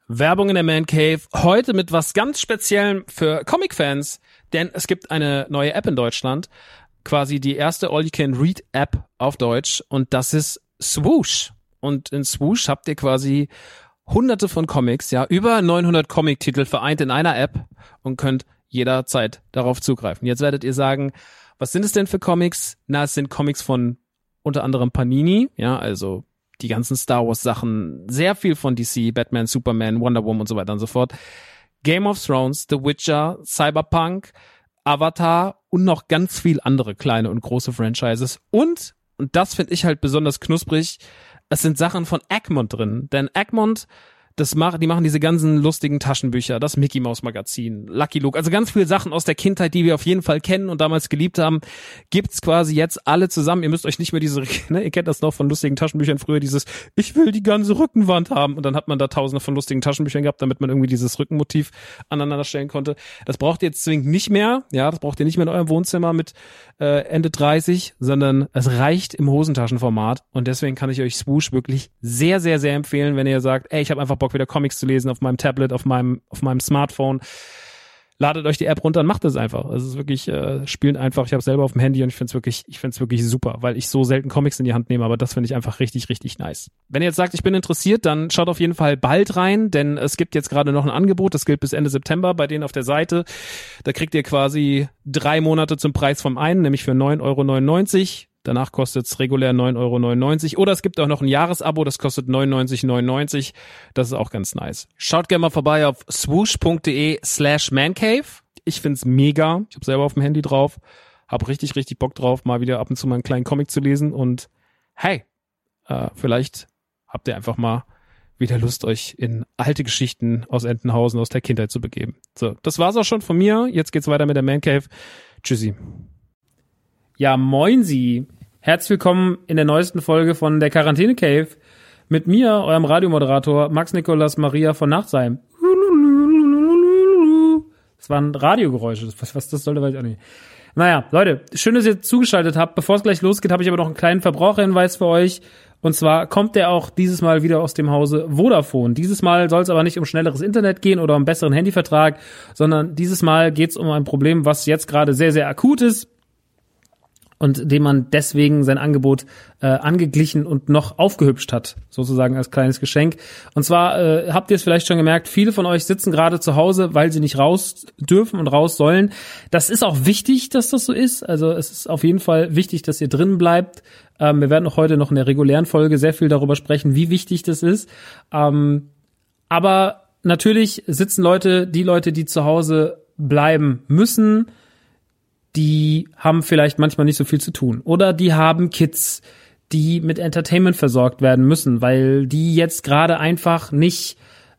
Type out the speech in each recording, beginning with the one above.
Werbung in der Man Cave. Heute mit was ganz Speziellem für Comic-Fans, denn es gibt eine neue App in Deutschland, quasi die erste All-You-Can-Read-App auf Deutsch, und das ist Swoosh. Und in Swoosh habt ihr quasi hunderte von Comics, ja, über 900 Comic-Titel vereint in einer App und könnt jederzeit darauf zugreifen. Jetzt werdet ihr sagen, was sind es denn für Comics? Na, es sind Comics von unter anderem Panini, ja, also die ganzen Star Wars Sachen, sehr viel von DC, Batman, Superman, Wonder Woman und so weiter und so fort. Game of Thrones, The Witcher, Cyberpunk, Avatar und noch ganz viel andere kleine und große Franchises. Und das finde ich halt besonders knusprig, es sind Sachen von Egmont drin. Denn Egmont, die machen diese ganzen lustigen Taschenbücher, das Mickey Mouse Magazin, Lucky Luke, also ganz viele Sachen aus der Kindheit, die wir auf jeden Fall kennen und damals geliebt haben, gibt's quasi jetzt alle zusammen. Ihr müsst euch nicht mehr ihr kennt das noch von lustigen Taschenbüchern früher, dieses, ich will die ganze Rückenwand haben, und dann hat man da tausende von lustigen Taschenbüchern gehabt, damit man irgendwie dieses Rückenmotiv aneinander stellen konnte. Das braucht ihr jetzt zwingend nicht mehr, ja, das braucht ihr nicht mehr in eurem Wohnzimmer mit Ende 30, sondern es reicht im Hosentaschenformat, und deswegen kann ich euch Swoosh wirklich sehr, sehr, sehr empfehlen, wenn ihr sagt, ey, ich habe einfach Bock, wieder Comics zu lesen auf meinem Tablet, auf meinem Smartphone. Ladet euch die App runter und macht es einfach. Es ist wirklich spielend einfach. Ich habe es selber auf dem Handy und ich finde es wirklich super, weil ich so selten Comics in die Hand nehme, aber das finde ich einfach richtig, richtig nice. Wenn ihr jetzt sagt, ich bin interessiert, dann schaut auf jeden Fall bald rein, denn es gibt jetzt gerade noch ein Angebot, das gilt bis Ende September bei denen auf der Seite. Da kriegt ihr quasi 3 Monate zum Preis vom einen, nämlich für 9,99 €. Danach kostet es regulär 9,99 €. Oder es gibt auch noch ein Jahresabo, das kostet 99,99 €. Das ist auch ganz nice. Schaut gerne mal vorbei auf swoosh.de/mancave. Ich find's mega. Ich habe selber auf dem Handy drauf. Hab richtig, richtig Bock drauf, mal wieder ab und zu mal einen kleinen Comic zu lesen. Und hey, vielleicht habt ihr einfach mal wieder Lust, euch in alte Geschichten aus Entenhausen, aus der Kindheit zu begeben. So, das war's auch schon von mir. Jetzt geht's weiter mit der Man Cave. Tschüssi. Ja, moin Sie. Herzlich willkommen in der neuesten Folge von der Quarantäne Cave mit mir, eurem Radiomoderator Max Nikolas Maria von Nachtsheim. Das waren Radiogeräusche. Was das sollte, weiß ich auch nicht. Naja, Leute, schön, dass ihr zugeschaltet habt. Bevor es gleich losgeht, habe ich aber noch einen kleinen Verbraucherhinweis für euch. Und zwar kommt der auch dieses Mal wieder aus dem Hause Vodafone. Dieses Mal soll es aber nicht um schnelleres Internet gehen oder um besseren Handyvertrag, sondern dieses Mal geht es um ein Problem, was jetzt gerade sehr, sehr akut ist und dem man deswegen sein Angebot angeglichen und noch aufgehübscht hat, sozusagen als kleines Geschenk. Und zwar habt ihr es vielleicht schon gemerkt, viele von euch sitzen gerade zu Hause, weil sie nicht raus dürfen und raus sollen. Das ist auch wichtig, dass das so ist. Also es ist auf jeden Fall wichtig, dass ihr drin bleibt. Wir werden auch heute noch in der regulären Folge sehr viel darüber sprechen, wie wichtig das ist. Aber natürlich sitzen die Leute, die zu Hause bleiben müssen, die haben vielleicht manchmal nicht so viel zu tun. Oder die haben Kids, die mit Entertainment versorgt werden müssen, weil die jetzt gerade einfach nicht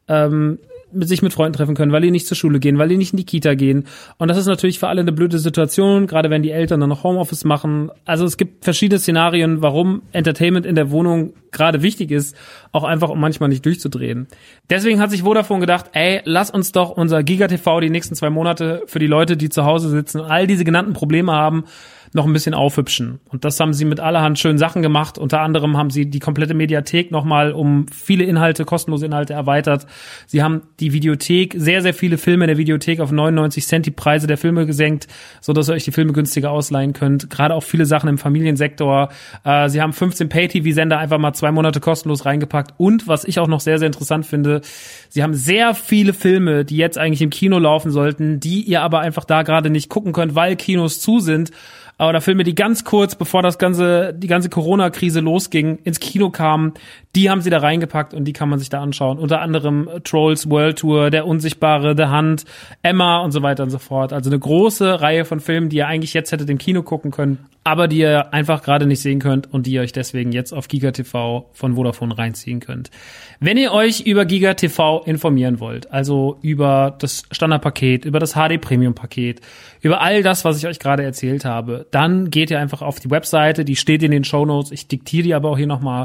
sich mit Freunden treffen können, weil die nicht zur Schule gehen, weil die nicht in die Kita gehen. Und das ist natürlich für alle eine blöde Situation, gerade wenn die Eltern dann noch Homeoffice machen. Also es gibt verschiedene Szenarien, warum Entertainment in der Wohnung gerade wichtig ist, auch einfach, um manchmal nicht durchzudrehen. Deswegen hat sich Vodafone gedacht, ey, lass uns doch unser GigaTV die nächsten 2 Monate für die Leute, die zu Hause sitzen und all diese genannten Probleme haben, noch ein bisschen aufhübschen. Und das haben sie mit allerhand schönen Sachen gemacht. Unter anderem haben sie die komplette Mediathek nochmal um viele Inhalte, kostenlose Inhalte erweitert. Sie haben die Videothek, sehr, sehr viele Filme in der Videothek auf 99 Cent die Preise der Filme gesenkt, sodass ihr euch die Filme günstiger ausleihen könnt. Gerade auch viele Sachen im Familiensektor. Sie haben 15 Pay-TV-Sender einfach mal 2 Monate kostenlos reingepackt. Und was ich auch noch sehr, sehr interessant finde, sie haben sehr viele Filme, die jetzt eigentlich im Kino laufen sollten, die ihr aber einfach da gerade nicht gucken könnt, weil Kinos zu sind. Oder Filme, die ganz kurz, bevor die ganze Corona-Krise losging, ins Kino kamen, die haben sie da reingepackt und die kann man sich da anschauen. Unter anderem Trolls World Tour, Der Unsichtbare, The Hunt, Emma und so weiter und so fort. Also eine große Reihe von Filmen, die ihr eigentlich jetzt hättet im Kino gucken können, aber die ihr einfach gerade nicht sehen könnt und die ihr euch deswegen jetzt auf GigaTV von Vodafone reinziehen könnt. Wenn ihr euch über GigaTV informieren wollt, also über das Standardpaket, über das HD-Premium-Paket, über all das, was ich euch gerade erzählt habe, dann geht ihr einfach auf die Webseite, die steht in den Shownotes, ich diktiere die aber auch hier nochmal,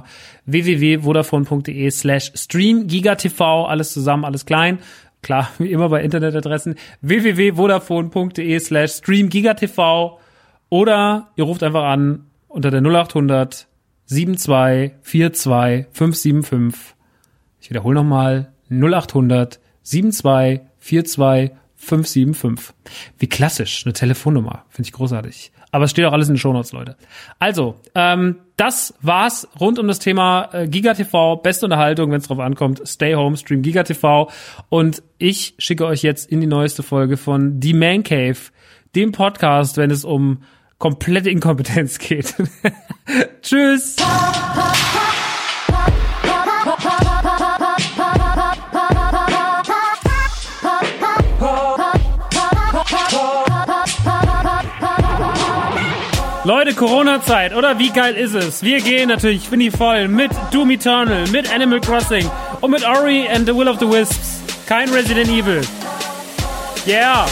www.vodafone.de/stream GigaTV, alles zusammen, alles klein, klar, wie immer bei Internetadressen, www.vodafone.de/stream GigaTV, oder ihr ruft einfach an unter der 0800 72 42 575. Ich wiederhole nochmal, 0800 72 42 575. Wie klassisch, eine Telefonnummer. Finde ich großartig. Aber es steht auch alles in den Shownotes, Leute. Also, das war's rund um das Thema GigaTV. Beste Unterhaltung, wenn es drauf ankommt. Stay Home, Stream GigaTV. Und ich schicke euch jetzt in die neueste Folge von The Man Cave, dem Podcast, wenn es um komplette Inkompetenz geht. Tschüss! Leute, Corona-Zeit, oder? Wie geil ist es? Wir gehen natürlich, ich bin die voll, mit Doom Eternal, mit Animal Crossing und mit Ori and the Will of the Wisps. Kein Resident Evil. Yeah!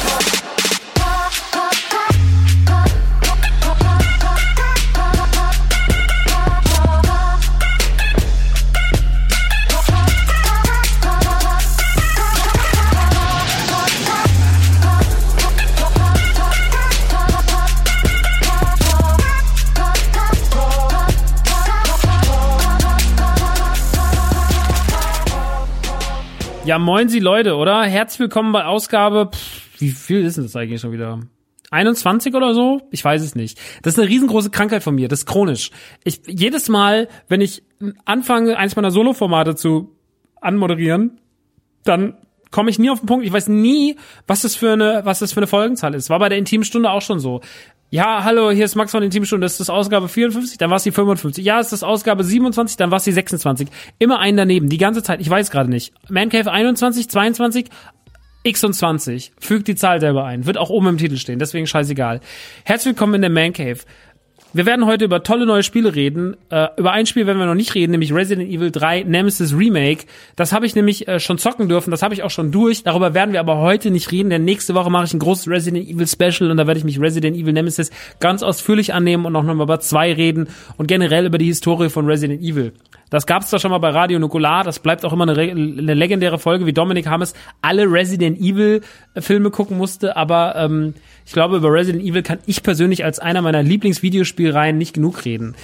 Ja, moin Sie Leute, oder? Herzlich willkommen bei Ausgabe, wie viel ist denn das eigentlich schon wieder? 21 oder so? Ich weiß es nicht. Das ist eine riesengroße Krankheit von mir, das ist chronisch. Jedes Mal, wenn ich anfange, eins meiner Solo-Formate zu anmoderieren, dann komme ich nie auf den Punkt. Ich weiß nie, was das für eine Folgenzahl ist. War bei der Intimstunde auch schon so. Ja, hallo, hier ist Max von Intimstunde, das ist das Ausgabe 54, dann war es die 55. Ja, es ist das Ausgabe 27, dann war es die 26. Immer einen daneben, die ganze Zeit, ich weiß gerade nicht. Man Cave 21, 22, X und 20. Fügt die Zahl selber ein. Wird auch oben im Titel stehen, deswegen scheißegal. Herzlich willkommen in der Man Cave. Wir werden heute über tolle neue Spiele reden. Über ein Spiel werden wir noch nicht reden, nämlich Resident Evil 3 Nemesis Remake. Das habe ich nämlich schon zocken dürfen, das habe ich auch schon durch. Darüber werden wir aber heute nicht reden, denn nächste Woche mache ich ein großes Resident Evil Special und da werde ich mich Resident Evil Nemesis ganz ausführlich annehmen und auch nochmal über 2 reden und generell über die Historie von Resident Evil. Das gab es zwar schon mal bei Radio Nukular, das bleibt auch immer eine legendäre Folge, wie Dominik Hammes alle Resident Evil Filme gucken musste, aber ich glaube, über Resident Evil kann ich persönlich als einer meiner Lieblingsvideospielreihen nicht genug reden.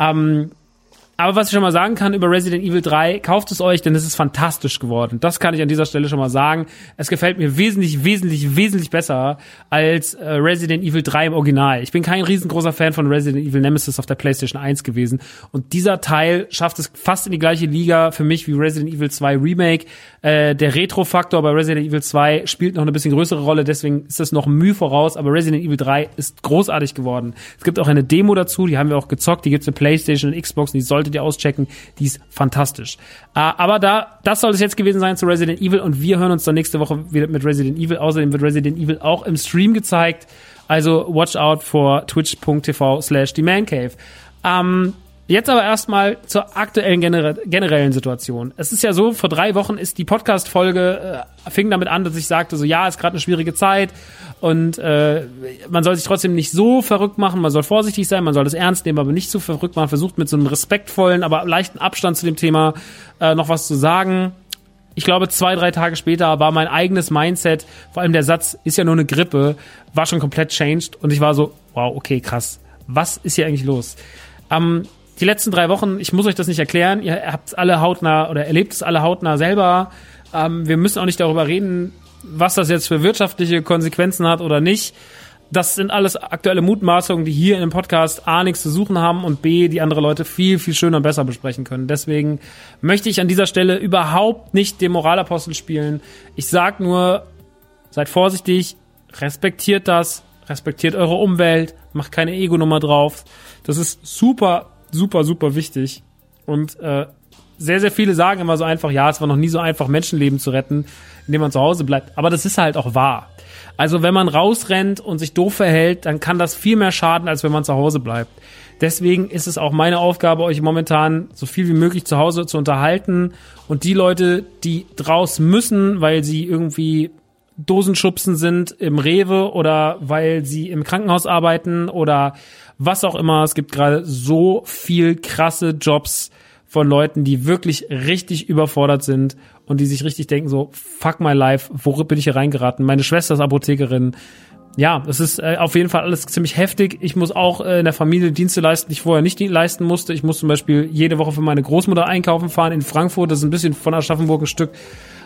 Aber was ich schon mal sagen kann über Resident Evil 3, kauft es euch, denn es ist fantastisch geworden. Das kann ich an dieser Stelle schon mal sagen. Es gefällt mir wesentlich besser als Resident Evil 3 im Original. Ich bin kein riesengroßer Fan von Resident Evil Nemesis auf der PlayStation 1 gewesen. Und dieser Teil schafft es fast in die gleiche Liga für mich wie Resident Evil 2 Remake. Der Retro-Faktor bei Resident Evil 2 spielt noch eine bisschen größere Rolle, deswegen ist das noch Mühe voraus. Aber Resident Evil 3 ist großartig geworden. Es gibt auch eine Demo dazu, die haben wir auch gezockt. Die gibt's für PlayStation und Xbox, die solltet ihr auschecken, die ist fantastisch. Aber das soll es jetzt gewesen sein zu Resident Evil und wir hören uns dann nächste Woche wieder mit Resident Evil. Außerdem wird Resident Evil auch im Stream gezeigt, also watch out for twitch.tv/themancave. Jetzt aber erstmal zur aktuellen generellen Situation. Es ist ja so, vor 3 Wochen ist die Podcast-Folge, fing damit an, dass ich sagte so, ja, ist gerade eine schwierige Zeit und man soll sich trotzdem nicht so verrückt machen, man soll vorsichtig sein, man soll das ernst nehmen, aber nicht zu verrückt machen, versucht mit so einem respektvollen, aber leichten Abstand zu dem Thema noch was zu sagen. Ich glaube, 2-3 Tage später war mein eigenes Mindset, vor allem der Satz, ist ja nur eine Grippe, war schon komplett changed und ich war so, wow, okay, krass, was ist hier eigentlich los? Die letzten 3 Wochen, ich muss euch das nicht erklären, ihr habt's alle hautnah oder erlebt es alle hautnah selber. Wir müssen auch nicht darüber reden, was das jetzt für wirtschaftliche Konsequenzen hat oder nicht. Das sind alles aktuelle Mutmaßungen, die hier in dem Podcast A nichts zu suchen haben und B, die andere Leute viel, viel schöner und besser besprechen können. Deswegen möchte ich an dieser Stelle überhaupt nicht den Moralapostel spielen. Ich sag nur, seid vorsichtig, respektiert das, respektiert eure Umwelt, macht keine Ego-Nummer drauf. Das ist super wichtig und sehr, sehr viele sagen immer so einfach, ja, es war noch nie so einfach, Menschenleben zu retten, indem man zu Hause bleibt, aber das ist halt auch wahr. Also wenn man rausrennt und sich doof verhält, dann kann das viel mehr schaden, als wenn man zu Hause bleibt. Deswegen ist es auch meine Aufgabe, euch momentan so viel wie möglich zu Hause zu unterhalten und die Leute, die draus müssen, weil sie irgendwie Dosenschubsen sind im Rewe oder weil sie im Krankenhaus arbeiten oder was auch immer. Es gibt gerade so viel krasse Jobs von Leuten, die wirklich richtig überfordert sind und die sich richtig denken so, fuck my life, wo bin ich hier reingeraten? Meine Schwester ist Apothekerin. Ja, es ist auf jeden Fall alles ziemlich heftig. Ich muss auch in der Familie Dienste leisten, die ich vorher nicht leisten musste. Ich muss zum Beispiel jede Woche für meine Großmutter einkaufen fahren in Frankfurt. Das ist ein bisschen von Aschaffenburg ein Stück.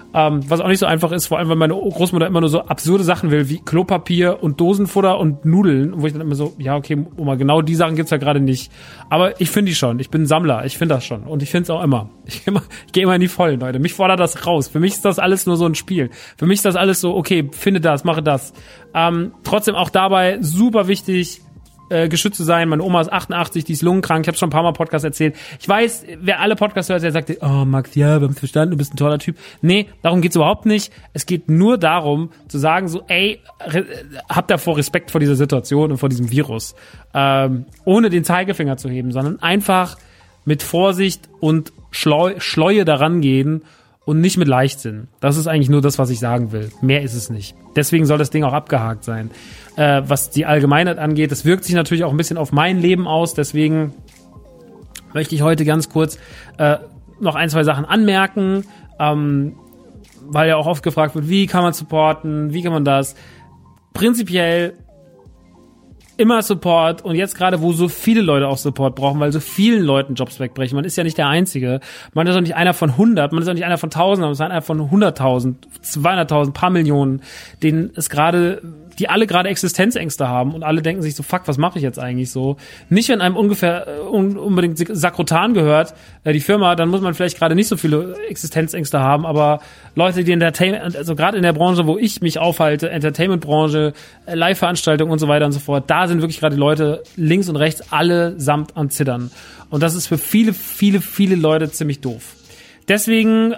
Was auch nicht so einfach ist, vor allem, weil meine Großmutter immer nur so absurde Sachen will, wie Klopapier und Dosenfutter und Nudeln, wo ich dann immer so, ja, okay, Oma, genau die Sachen gibt's ja gerade nicht. Aber ich finde die schon. Ich bin ein Sammler. Ich finde das schon. Und ich finde es auch immer. Ich gehe immer in die Vollen, Leute. Mich fordert das raus. Für mich ist das alles nur so ein Spiel. Für mich ist das alles so, okay, finde das, mache das. Trotzdem auch dabei super wichtig, geschützt zu sein. Meine Oma ist 88, die ist lungenkrank. Ich habe schon ein paar Mal Podcasts erzählt. Ich weiß, wer alle Podcasts hört, der sagt, oh Max, ja, wir haben verstanden, du bist ein toller Typ. Nee, darum geht's überhaupt nicht. Es geht nur darum, zu sagen so, ey, habt davor Respekt vor dieser Situation und vor diesem Virus. Ohne den Zeigefinger zu heben, sondern einfach mit Vorsicht und Schleue daran gehen und nicht mit Leichtsinn. Das ist eigentlich nur das, was ich sagen will. Mehr ist es nicht. Deswegen soll das Ding auch abgehakt sein. Was die Allgemeinheit angeht, das wirkt sich natürlich auch ein bisschen auf mein Leben aus. Deswegen möchte ich heute ganz kurz noch ein, zwei Sachen anmerken, weil ja auch oft gefragt wird, wie kann man supporten, wie kann man das? Prinzipiell immer Support und jetzt gerade, wo so viele Leute auch Support brauchen, weil so vielen Leuten Jobs wegbrechen. Man ist ja nicht der Einzige. Man ist auch nicht einer von 100, man ist auch nicht einer von 1000, man ist einer von 100.000, 200.000, paar Millionen, denen es gerade, die alle gerade Existenzängste haben und alle denken sich so, fuck, was mache ich jetzt eigentlich so? Nicht, wenn einem unbedingt Sakrotan gehört, die Firma, dann muss man vielleicht gerade nicht so viele Existenzängste haben, aber Leute, die Entertainment, also gerade in der Branche, wo ich mich aufhalte, Entertainment-Branche, Live-Veranstaltungen und so weiter und so fort, da sind wirklich gerade die Leute links und rechts allesamt am Zittern. Und das ist für viele, viele, viele Leute ziemlich doof. Deswegen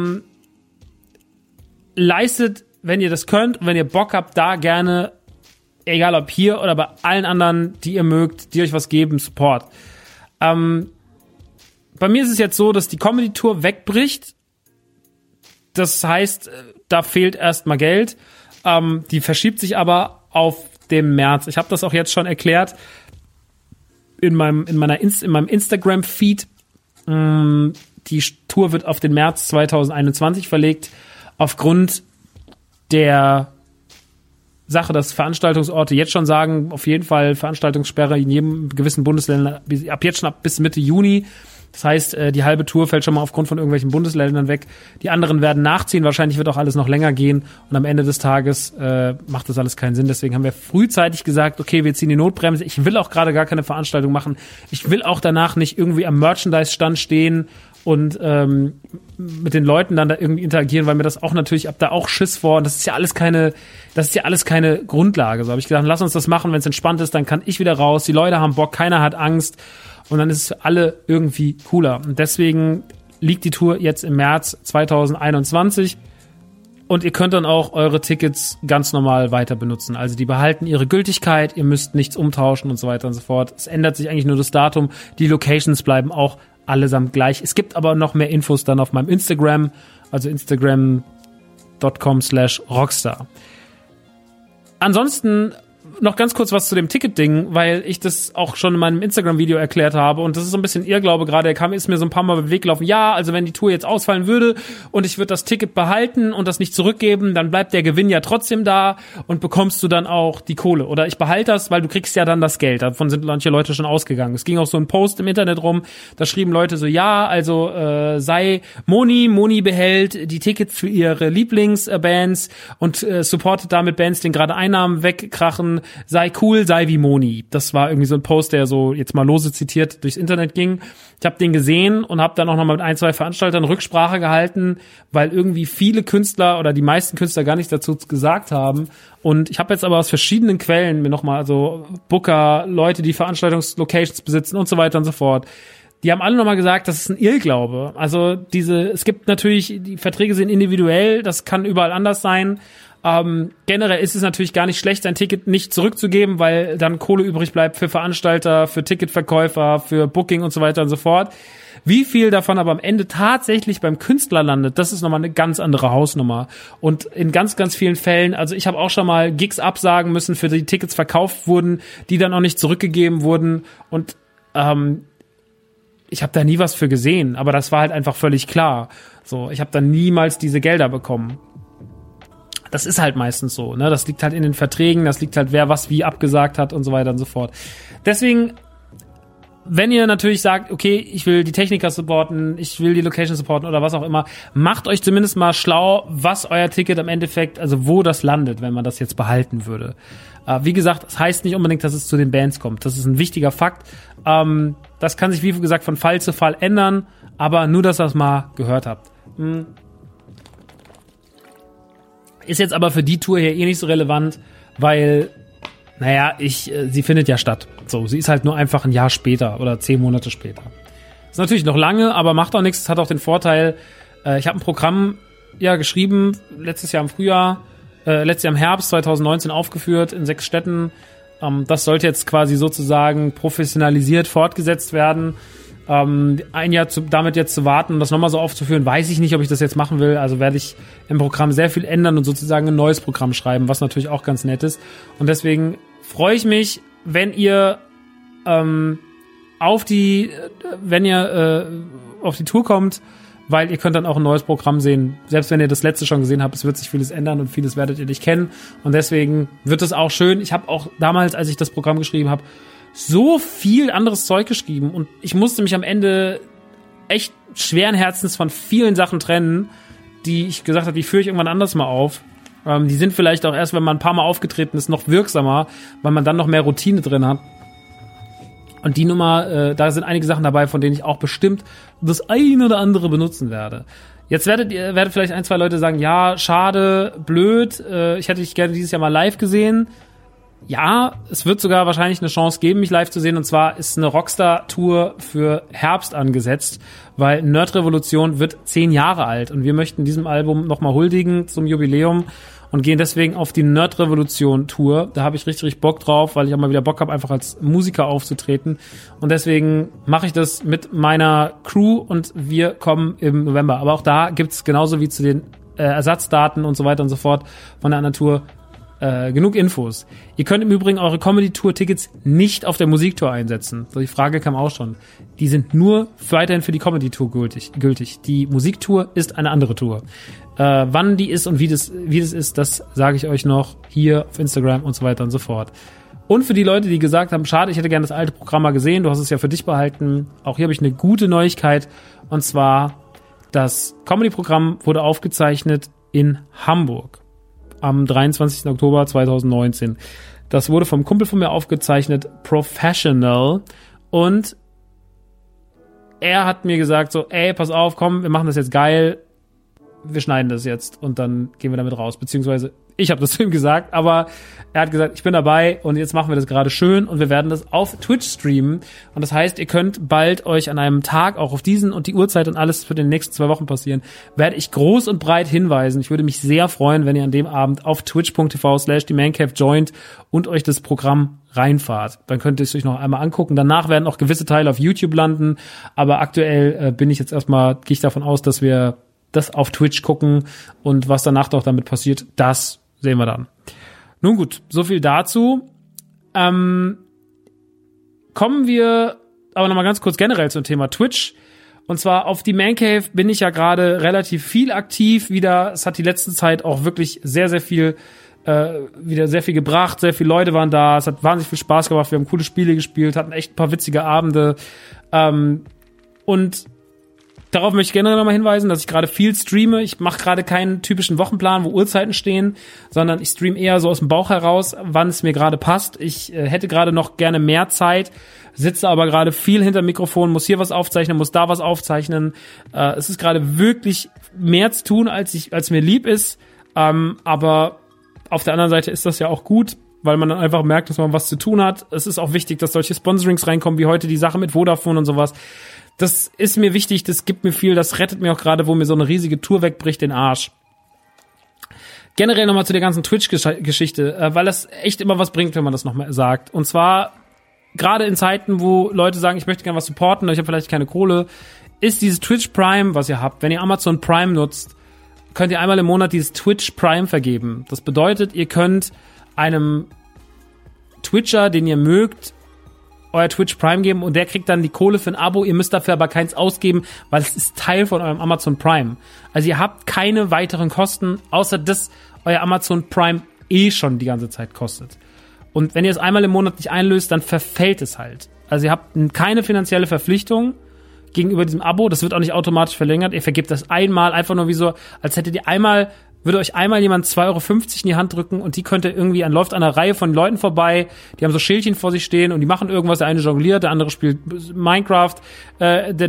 leistet, wenn ihr das könnt und wenn ihr Bock habt, da gerne, egal ob hier oder bei allen anderen, die ihr mögt, die euch was geben, Support. Bei mir ist es jetzt so, dass die Comedy-Tour wegbricht. Das heißt, da fehlt erstmal Geld. Die verschiebt sich aber auf dem März. Ich habe das auch jetzt schon erklärt in meinem Instagram-Feed. Die Tour wird auf den März 2021 verlegt. Aufgrund der Sache, dass Veranstaltungsorte jetzt schon sagen, auf jeden Fall Veranstaltungssperre in jedem gewissen Bundesländer ab jetzt schon bis Mitte Juni. Das heißt, die halbe Tour fällt schon mal aufgrund von irgendwelchen Bundesländern weg. Die anderen werden nachziehen. Wahrscheinlich wird auch alles noch länger gehen. Und am Ende des Tages macht das alles keinen Sinn. Deswegen haben wir frühzeitig gesagt, okay, wir ziehen die Notbremse. Ich will auch gerade gar keine Veranstaltung machen. Ich will auch danach nicht irgendwie am Merchandise-Stand stehen und mit den Leuten dann da irgendwie interagieren, weil mir das auch natürlich, ab da auch Schiss vor. Und das ist ja alles keine Grundlage. So habe ich gesagt, lass uns das machen, wenn es entspannt ist, dann kann ich wieder raus. Die Leute haben Bock, keiner hat Angst. Und dann ist es für alle irgendwie cooler. Und deswegen liegt die Tour jetzt im März 2021. Und ihr könnt dann auch eure Tickets ganz normal weiter benutzen. Also die behalten ihre Gültigkeit, ihr müsst nichts umtauschen und so weiter und so fort. Es ändert sich eigentlich nur das Datum. Die Locations bleiben auch allesamt gleich. Es gibt aber noch mehr Infos dann auf meinem Instagram, also instagram.com/rockstar. Ansonsten noch ganz kurz was zu dem Ticket-Ding, weil ich das auch schon in meinem Instagram-Video erklärt habe und das ist so ein bisschen Irrglaube gerade, ist mir so ein paar Mal über den Weg gelaufen, ja, also wenn die Tour jetzt ausfallen würde und ich würde das Ticket behalten und das nicht zurückgeben, dann bleibt der Gewinn ja trotzdem da und bekommst du dann auch die Kohle. Oder ich behalte das, weil du kriegst ja dann das Geld. Davon sind manche Leute schon ausgegangen. Es ging auch so ein Post im Internet rum, da schrieben Leute so, ja, also sei Moni behält die Tickets für ihre Lieblingsbands und supportet damit Bands, denen gerade Einnahmen wegkrachen, sei cool, sei wie Moni. Das war irgendwie so ein Post, der so jetzt mal lose zitiert durchs Internet ging. Ich habe den gesehen und habe dann auch noch mal mit ein, zwei Veranstaltern Rücksprache gehalten, weil irgendwie viele Künstler oder die meisten Künstler gar nichts dazu gesagt haben. Und ich habe jetzt aber aus verschiedenen Quellen mir nochmal, also Booker, Leute, die Veranstaltungslocations besitzen und so weiter und so fort, die haben alle nochmal gesagt, das ist ein Irrglaube. Also es gibt natürlich, die Verträge sind individuell, das kann überall anders sein. Generell ist es natürlich gar nicht schlecht, sein Ticket nicht zurückzugeben, weil dann Kohle übrig bleibt für Veranstalter, für Ticketverkäufer, für Booking und so weiter und so fort. Wie viel davon aber am Ende tatsächlich beim Künstler landet, das ist nochmal eine ganz andere Hausnummer. Und in ganz, ganz vielen Fällen, also ich habe auch schon mal Gigs absagen müssen, für die Tickets verkauft wurden, die dann auch nicht zurückgegeben wurden. Und ich habe da nie was für gesehen, aber das war halt einfach völlig klar. So, ich habe dann niemals diese Gelder bekommen. Das ist halt meistens so, ne? Das liegt halt in den Verträgen, das liegt halt, wer was wie abgesagt hat und so weiter und so fort. Deswegen wenn ihr natürlich sagt, okay, ich will die Techniker supporten, ich will die Location supporten oder was auch immer, macht euch zumindest mal schlau, was euer Ticket im Endeffekt, also wo das landet, wenn man das jetzt behalten würde. Wie gesagt, das heißt nicht unbedingt, dass es zu den Bands kommt. Das ist ein wichtiger Fakt. Das kann sich, wie gesagt, von Fall zu Fall ändern, aber nur, dass ihr das mal gehört habt. Ist jetzt aber für die Tour hier eh nicht so relevant, weil, sie findet ja statt. So, sie ist halt nur einfach ein Jahr später oder 10 Monate später. Ist natürlich noch lange, aber macht auch nichts. Es hat auch den Vorteil, ich habe ein Programm geschrieben, letztes Jahr im Herbst 2019 aufgeführt in 6 Städten. Das sollte jetzt quasi sozusagen professionalisiert fortgesetzt werden. Ein Jahr damit jetzt zu warten und das nochmal so aufzuführen, weiß ich nicht, ob ich das jetzt machen will. Also werde ich im Programm sehr viel ändern und sozusagen ein neues Programm schreiben, was natürlich auch ganz nett ist. Und deswegen freue ich mich, wenn ihr auf die Tour kommt, weil ihr könnt dann auch ein neues Programm sehen. Selbst wenn ihr das letzte schon gesehen habt, es wird sich vieles ändern und vieles werdet ihr nicht kennen. Und deswegen wird es auch schön. Ich habe auch damals, als ich das Programm geschrieben habe, so viel anderes Zeug geschrieben und ich musste mich am Ende echt schweren Herzens von vielen Sachen trennen, die ich gesagt habe, die führe ich irgendwann anders mal auf. Die sind vielleicht auch erst, wenn man ein paar Mal aufgetreten ist, noch wirksamer, weil man dann noch mehr Routine drin hat. Und die Nummer, da sind einige Sachen dabei, von denen ich auch bestimmt das eine oder andere benutzen werde. Jetzt werdet vielleicht 1, 2 Leute sagen, ja, schade, blöd, ich hätte dich gerne dieses Jahr mal live gesehen. Ja, es wird sogar wahrscheinlich eine Chance geben, mich live zu sehen. Und zwar ist eine Rockstar-Tour für Herbst angesetzt, weil Nerd Revolution wird 10 Jahre alt. Und wir möchten diesem Album nochmal huldigen zum Jubiläum und gehen deswegen auf die Nerd Revolution Tour. Da habe ich richtig Bock drauf, weil ich auch mal wieder Bock habe, einfach als Musiker aufzutreten. Und deswegen mache ich das mit meiner Crew und wir kommen im November. Aber auch da gibt's genauso wie zu den Ersatzdaten und so weiter und so fort von der anderen Tour genug Infos. Ihr könnt im Übrigen eure Comedy-Tour-Tickets nicht auf der Musiktour einsetzen. So, die Frage kam auch schon. Die sind nur weiterhin für die Comedy-Tour gültig. Die Musiktour ist eine andere Tour. Wann die ist und wie das ist, das sage ich euch noch hier auf Instagram und so weiter und so fort. Und für die Leute, die gesagt haben, schade, ich hätte gerne das alte Programm mal gesehen, du hast es ja für dich behalten. Auch hier habe ich eine gute Neuigkeit. Und zwar, das Comedy-Programm wurde aufgezeichnet in Hamburg am 23. Oktober 2019. Das wurde vom Kumpel von mir aufgezeichnet, Professional. Und er hat mir gesagt so, ey, pass auf, komm, wir machen das jetzt geil. Wir schneiden das jetzt und dann gehen wir damit raus. Beziehungsweise ich habe das zu ihm gesagt, aber er hat gesagt, ich bin dabei und jetzt machen wir das gerade schön und wir werden das auf Twitch streamen. Und das heißt, ihr könnt bald euch an einem Tag, auch auf diesen und die Uhrzeit und alles für die nächsten 2 Wochen passieren, werde ich groß und breit hinweisen. Ich würde mich sehr freuen, wenn ihr an dem Abend auf twitch.tv/themancave joint und euch das Programm reinfahrt. Dann könnt ihr es euch noch einmal angucken. Danach werden auch gewisse Teile auf YouTube landen, aber aktuell gehe ich davon aus, dass wir das auf Twitch gucken und was danach doch damit passiert, das sehen wir dann. Nun gut, so viel dazu. Kommen wir aber nochmal ganz kurz generell zum Thema Twitch. Und zwar auf die Man Cave bin ich ja gerade relativ viel aktiv wieder. Es hat die letzte Zeit auch wirklich sehr, sehr viel wieder sehr viel gebracht. Sehr viele Leute waren da. Es hat wahnsinnig viel Spaß gemacht. Wir haben coole Spiele gespielt, hatten echt ein paar witzige Abende. Und darauf möchte ich generell nochmal hinweisen, dass ich gerade viel streame. Ich mache gerade keinen typischen Wochenplan, wo Uhrzeiten stehen, sondern ich streame eher so aus dem Bauch heraus, wann es mir gerade passt. Ich hätte gerade noch gerne mehr Zeit, sitze aber gerade viel hinter dem Mikrofon, muss hier was aufzeichnen, muss da was aufzeichnen. Es ist gerade wirklich mehr zu tun, als mir lieb ist. Aber auf der anderen Seite ist das ja auch gut, weil man dann einfach merkt, dass man was zu tun hat. Es ist auch wichtig, dass solche Sponsorings reinkommen, wie heute die Sache mit Vodafone und sowas. Das ist mir wichtig, das gibt mir viel, das rettet mir auch gerade, wo mir so eine riesige Tour wegbricht, den Arsch. Generell nochmal zu der ganzen Twitch-Geschichte, weil das echt immer was bringt, wenn man das nochmal sagt. Und zwar, gerade in Zeiten, wo Leute sagen, ich möchte gerne was supporten, aber ich habe vielleicht keine Kohle, ist dieses Twitch Prime, was ihr habt. Wenn ihr Amazon Prime nutzt, könnt ihr einmal im Monat dieses Twitch Prime vergeben. Das bedeutet, ihr könnt einem Twitcher, den ihr mögt, euer Twitch Prime geben und der kriegt dann die Kohle für ein Abo. Ihr müsst dafür aber keins ausgeben, weil es ist Teil von eurem Amazon Prime. Also ihr habt keine weiteren Kosten, außer dass euer Amazon Prime schon die ganze Zeit kostet. Und wenn ihr es einmal im Monat nicht einlöst, dann verfällt es halt. Also ihr habt keine finanzielle Verpflichtung gegenüber diesem Abo. Das wird auch nicht automatisch verlängert. Ihr vergebt das einmal, einfach nur wie so, als hättet ihr einmal, würde euch einmal jemand 2,50 Euro in die Hand drücken und die könnte irgendwie, läuft an einer Reihe von Leuten vorbei, die haben so Schildchen vor sich stehen und die machen irgendwas, der eine jongliert, der andere spielt Minecraft, die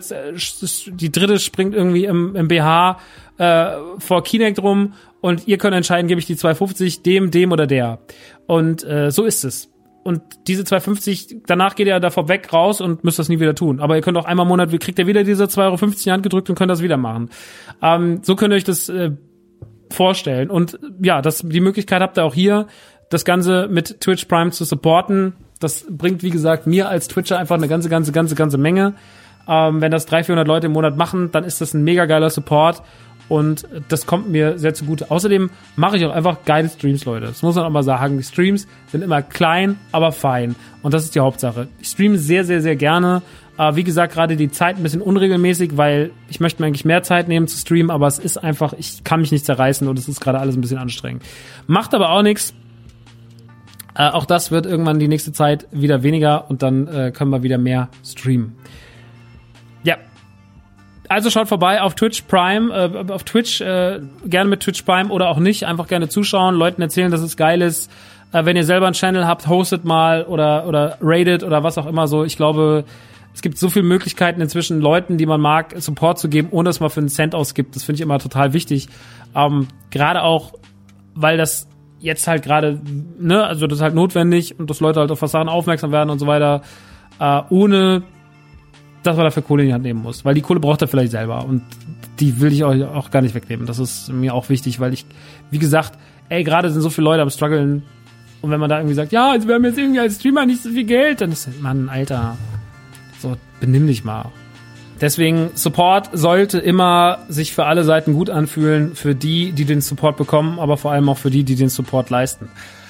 dritte springt irgendwie im BH vor Kinect rum und ihr könnt entscheiden, gebe ich die 2,50 dem oder der. Und so ist es. Und diese 2,50, danach geht ihr davor weg, raus und müsst das nie wieder tun. Aber ihr könnt auch einmal im Monat, kriegt ihr wieder diese 2,50 Euro in die Hand gedrückt und könnt das wieder machen. So könnt ihr euch das vorstellen. Und ja, die Möglichkeit habt ihr auch hier, das Ganze mit Twitch Prime zu supporten. Das bringt, wie gesagt, mir als Twitcher einfach eine ganze Menge. Wenn das 300-400 Leute im Monat machen, dann ist das ein mega geiler Support. Und das kommt mir sehr zugute. Außerdem mache ich auch einfach geile Streams, Leute. Das muss man auch mal sagen. Die Streams sind immer klein, aber fein. Und das ist die Hauptsache. Ich streame sehr, sehr, sehr gerne. Wie gesagt, gerade die Zeit ein bisschen unregelmäßig, weil ich möchte mir eigentlich mehr Zeit nehmen zu streamen, aber es ist einfach, ich kann mich nicht zerreißen und es ist gerade alles ein bisschen anstrengend. Macht aber auch nichts. Auch das wird irgendwann die nächste Zeit wieder weniger und dann können wir wieder mehr streamen. Ja. Also schaut vorbei auf Twitch Prime, auf Twitch, gerne mit Twitch Prime oder auch nicht, einfach gerne zuschauen, Leuten erzählen, dass es geil ist. Wenn ihr selber einen Channel habt, hostet mal oder rated oder was auch immer so. Ich glaube, es gibt so viele Möglichkeiten inzwischen, Leuten, die man mag, Support zu geben, ohne dass man für einen Cent ausgibt. Das finde ich immer total wichtig. Gerade auch, weil das jetzt halt gerade, ne, also das ist halt notwendig und dass Leute halt auf was Sachen aufmerksam werden und so weiter, ohne dass man dafür Kohle in die Hand nehmen muss. Weil die Kohle braucht er vielleicht selber und die will ich euch auch gar nicht wegnehmen. Das ist mir auch wichtig, weil ich, wie gesagt, gerade sind so viele Leute am struggeln und wenn man da irgendwie sagt, ja, wir haben jetzt irgendwie als Streamer nicht so viel Geld, dann ist man, Alter, so, benimm dich mal. Deswegen, Support sollte immer sich für alle Seiten gut anfühlen, für die den Support bekommen, aber vor allem auch für die den Support leisten.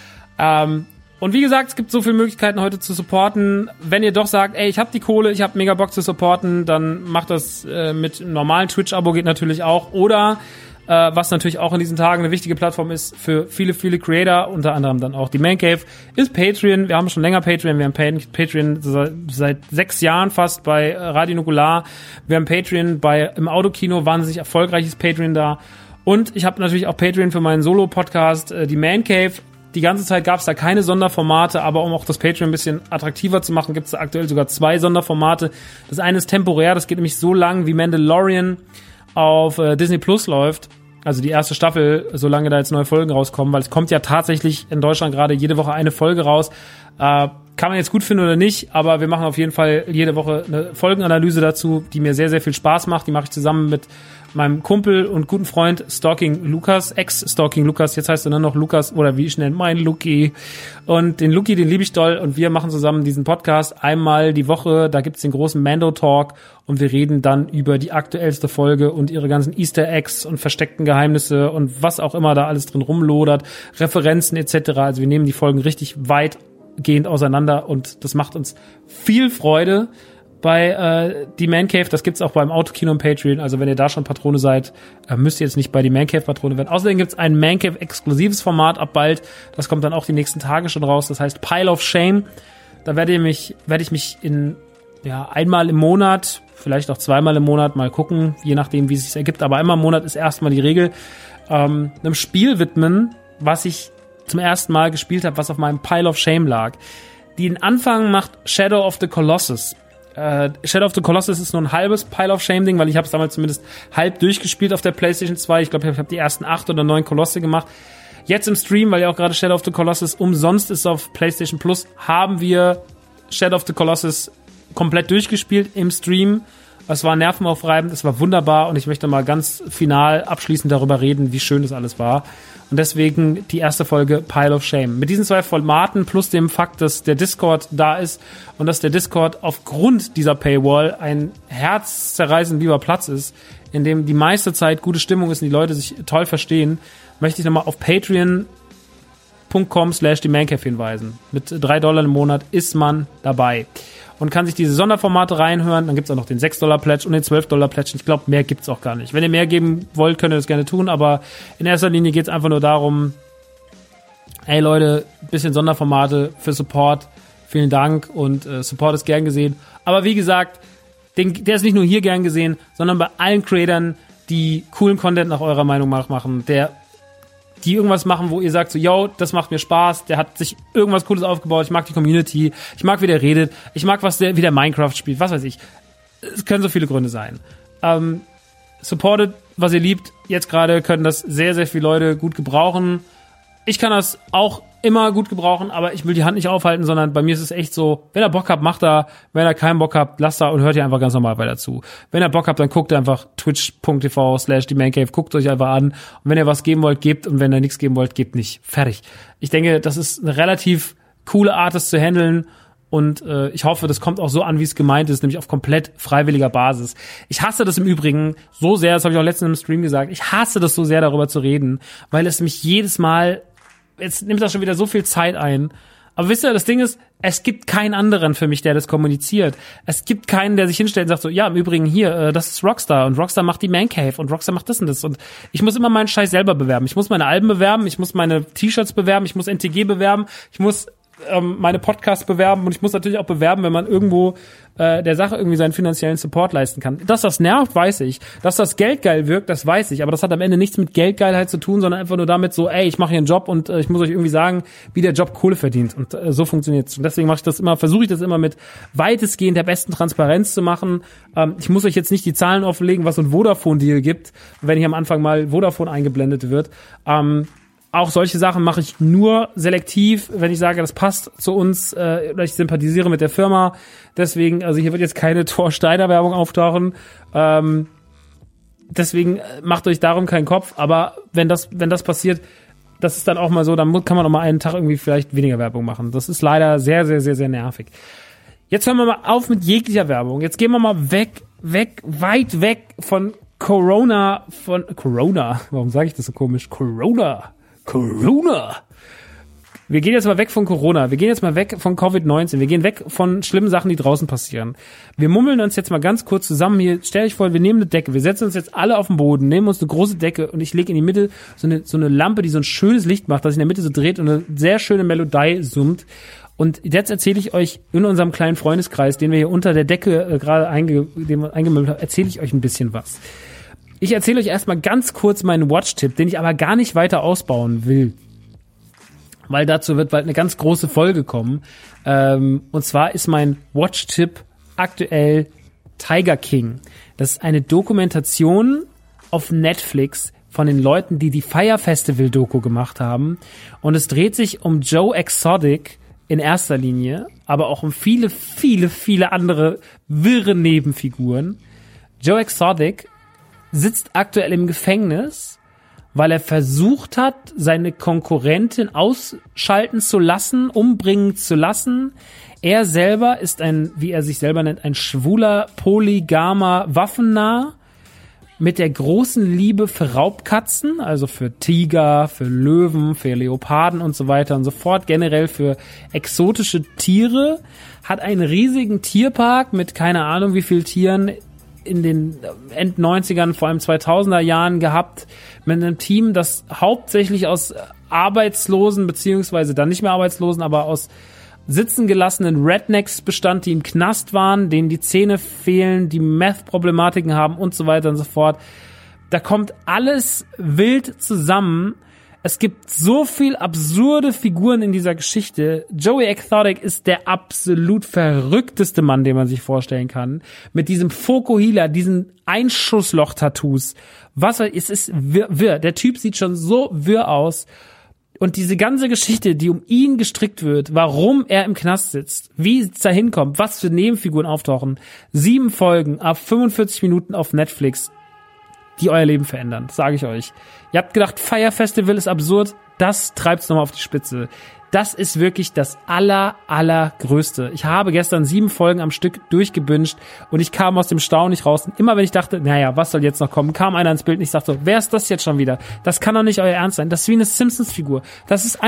Und wie gesagt, es gibt so viele Möglichkeiten heute zu supporten. Wenn ihr doch sagt, ey, ich hab die Kohle, ich hab mega Bock zu supporten, dann macht das mit einem normalen Twitch-Abo, geht natürlich auch. Oder, was natürlich auch in diesen Tagen eine wichtige Plattform ist für viele, viele Creator, unter anderem dann auch die Man Cave, ist Patreon. Wir haben schon länger Patreon, wir haben Patreon seit 6 Jahren fast bei Radio Nukular. Wir haben Patreon im Autokino, wahnsinnig erfolgreiches Patreon da. Und ich habe natürlich auch Patreon für meinen Solo-Podcast, die Man Cave. Die ganze Zeit gab es da keine Sonderformate, aber um auch das Patreon ein bisschen attraktiver zu machen, gibt es da aktuell sogar 2 Sonderformate. Das eine ist temporär, das geht nämlich so lang, wie Mandalorian auf Disney Plus läuft. Also die erste Staffel, solange da jetzt neue Folgen rauskommen, weil es kommt ja tatsächlich in Deutschland gerade jede Woche eine Folge raus. Kann man jetzt gut finden oder nicht, aber wir machen auf jeden Fall jede Woche eine Folgenanalyse dazu, die mir sehr, sehr viel Spaß macht. Die mache ich zusammen mit meinem Kumpel und guten Freund Stalking Lukas, Ex-Stalking Lukas, jetzt heißt er nur noch Lukas, oder wie ich nenne, mein Luki. Und den Luki, den liebe ich doll und wir machen zusammen diesen Podcast einmal die Woche, da gibt's den großen Mando-Talk und wir reden dann über die aktuellste Folge und ihre ganzen Easter Eggs und versteckten Geheimnisse und was auch immer da alles drin rumlodert, Referenzen etc. Also wir nehmen die Folgen richtig weitgehend auseinander und das macht uns viel Freude. Bei die Man Cave, das gibt's auch beim Autokino und Patreon, also wenn ihr da schon Patrone seid, müsst ihr jetzt nicht bei die Man Cave Patrone werden. Außerdem gibt's ein Man Cave exklusives Format ab bald, das kommt dann auch die nächsten Tage schon raus, das heißt Pile of Shame. Da werde ich mich in einmal im Monat, vielleicht auch 2-mal im Monat mal gucken, je nachdem wie es sich ergibt, aber einmal im Monat ist erstmal die Regel, einem Spiel widmen, was ich zum ersten Mal gespielt habe, was auf meinem Pile of Shame lag. Den Anfang macht Shadow of the Colossus. Shadow of the Colossus ist nur ein halbes Pile of Shame-Ding, weil ich habe es damals zumindest halb durchgespielt auf der PlayStation 2. Ich glaube, ich habe die ersten 8 oder 9 Kolosse gemacht. Jetzt im Stream, weil ja auch gerade Shadow of the Colossus umsonst ist auf PlayStation Plus, haben wir Shadow of the Colossus komplett durchgespielt im Stream. Es war nervenaufreibend, es war wunderbar und ich möchte mal ganz final abschließend darüber reden, wie schön das alles war. Und deswegen die erste Folge Pile of Shame. Mit diesen 2 Formaten plus dem Fakt, dass der Discord da ist und dass der Discord aufgrund dieser Paywall ein herzzerreißend lieber Platz ist, in dem die meiste Zeit gute Stimmung ist und die Leute sich toll verstehen, möchte ich nochmal auf patreon.com/themancave hinweisen. Mit $3 im Monat ist man dabei und kann sich diese Sonderformate reinhören. Dann gibt's auch noch den $6-Pledge und den $12-Pledge. Ich glaube, mehr gibt's auch gar nicht. Wenn ihr mehr geben wollt, könnt ihr das gerne tun, aber in erster Linie geht's einfach nur darum, ey Leute, bisschen Sonderformate für Support vielen Dank und Support ist gern gesehen. Aber wie gesagt, der ist nicht nur hier gern gesehen, sondern bei allen Creatern, die coolen Content nach eurer Meinung machen, die irgendwas machen, wo ihr sagt so, yo, das macht mir Spaß, der hat sich irgendwas Cooles aufgebaut, ich mag die Community, ich mag, wie der redet, ich mag, wie der Minecraft spielt, was weiß ich. Es können so viele Gründe sein. Supportet, was ihr liebt. Jetzt gerade können das sehr, sehr viele Leute gut gebrauchen. Ich kann das auch immer gut gebrauchen, aber ich will die Hand nicht aufhalten, sondern bei mir ist es echt so, wenn ihr Bock habt, macht da, wenn ihr keinen Bock habt, lasst da und hört ihr einfach ganz normal weiter zu. Wenn ihr Bock habt, dann guckt einfach twitch.tv/TheManCave, guckt euch einfach an und wenn ihr was geben wollt, gebt und wenn ihr nichts geben wollt, gebt nicht. Fertig. Ich denke, das ist eine relativ coole Art, das zu handeln und ich hoffe, das kommt auch so an, wie es gemeint ist, nämlich auf komplett freiwilliger Basis. Ich hasse das im Übrigen so sehr, das habe ich auch letztens im Stream gesagt, ich hasse das so sehr, darüber zu reden, weil es mich jedes Mal, jetzt nimmt das schon wieder so viel Zeit ein. Aber wisst ihr, das Ding ist, es gibt keinen anderen für mich, der das kommuniziert. Es gibt keinen, der sich hinstellt und sagt so, ja, im Übrigen hier, das ist Rockstar und Rockstar macht die Man Cave und Rockstar macht das und das. Und ich muss immer meinen Scheiß selber bewerben. Ich muss meine Alben bewerben, ich muss meine T-Shirts bewerben, ich muss NTG bewerben, ich muss meine Podcasts bewerben und ich muss natürlich auch bewerben, wenn man irgendwo der Sache irgendwie seinen finanziellen Support leisten kann. Dass das nervt, weiß ich. Dass das geldgeil wirkt, das weiß ich. Aber das hat am Ende nichts mit Geldgeilheit zu tun, sondern einfach nur damit so, ey, ich mache hier einen Job und ich muss euch irgendwie sagen, wie der Job Kohle verdient. Und so funktioniert's. Und deswegen versuche ich das immer mit weitestgehend der besten Transparenz zu machen. Ich muss euch jetzt nicht die Zahlen offenlegen, was so ein Vodafone-Deal gibt, wenn hier am Anfang mal Vodafone eingeblendet wird. Auch solche Sachen mache ich nur selektiv, wenn ich sage, das passt zu uns, oder ich sympathisiere mit der Firma. Deswegen, also hier wird jetzt keine Thor Steiner Werbung auftauchen. Deswegen macht euch darum keinen Kopf. Aber wenn das passiert, das ist dann auch mal so, dann kann man auch mal einen Tag irgendwie vielleicht weniger Werbung machen. Das ist leider sehr, sehr, sehr, sehr nervig. Jetzt hören wir mal auf mit jeglicher Werbung. Jetzt gehen wir mal weit weg von Corona. Warum sage ich das so komisch? Corona. Wir gehen jetzt mal weg von Corona. Wir gehen jetzt mal weg von Covid-19. Wir gehen weg von schlimmen Sachen, die draußen passieren. Wir mummeln uns jetzt mal ganz kurz zusammen hier. Stell euch vor, wir nehmen eine Decke. Wir setzen uns jetzt alle auf den Boden, nehmen uns eine große Decke und ich lege in die Mitte so eine Lampe, die so ein schönes Licht macht, das sich in der Mitte so dreht und eine sehr schöne Melodie summt. Und jetzt erzähle ich euch in unserem kleinen Freundeskreis, den wir hier unter der Decke gerade eingemöbelt haben, erzähle ich euch ein bisschen was. Ich erzähle euch erstmal ganz kurz meinen Watch-Tipp, den ich aber gar nicht weiter ausbauen will. Weil dazu wird bald eine ganz große Folge kommen. Und zwar ist mein Watch-Tipp aktuell Tiger King. Das ist eine Dokumentation auf Netflix von den Leuten, die Fire Festival Doku gemacht haben. Und es dreht sich um Joe Exotic in erster Linie, aber auch um viele, viele, viele andere wirre Nebenfiguren. Joe Exotic sitzt aktuell im Gefängnis, weil er versucht hat, seine Konkurrentin ausschalten zu lassen, umbringen zu lassen. Er selber ist ein, wie er sich selber nennt, ein schwuler, polygamer Waffennarr mit der großen Liebe für Raubkatzen, also für Tiger, für Löwen, für Leoparden und so weiter und so fort, generell für exotische Tiere, hat einen riesigen Tierpark mit keine Ahnung wie viel Tieren in den End-90ern, vor allem 2000er Jahren gehabt, mit einem Team, das hauptsächlich aus Arbeitslosen, beziehungsweise dann nicht mehr Arbeitslosen, aber aus sitzen gelassenen Rednecks bestand, die im Knast waren, denen die Zähne fehlen, die Meth-Problematiken haben und so weiter und so fort. Da kommt alles wild zusammen. Es gibt so viel absurde Figuren in dieser Geschichte. Joey Exotic ist der absolut verrückteste Mann, den man sich vorstellen kann. Mit diesem Fokuhila, diesen Einschussloch-Tattoos. Es ist wirr. Der Typ sieht schon so wirr aus. Und diese ganze Geschichte, die um ihn gestrickt wird, warum er im Knast sitzt, wie es da hinkommt, was für Nebenfiguren auftauchen. 7 Folgen ab 45 Minuten auf Netflix, die euer Leben verändern, sage ich euch. Ihr habt gedacht, Fire Festival ist absurd, das treibt's nochmal auf die Spitze. Das ist wirklich das allergrößte. Ich habe gestern 7 Folgen am Stück durchgebinged und ich kam aus dem Staunen nicht raus. Und immer wenn ich dachte, naja, was soll jetzt noch kommen, kam einer ins Bild und ich dachte so, wer ist das jetzt schon wieder? Das kann doch nicht euer Ernst sein. Das ist wie eine Simpsons-Figur. Das ist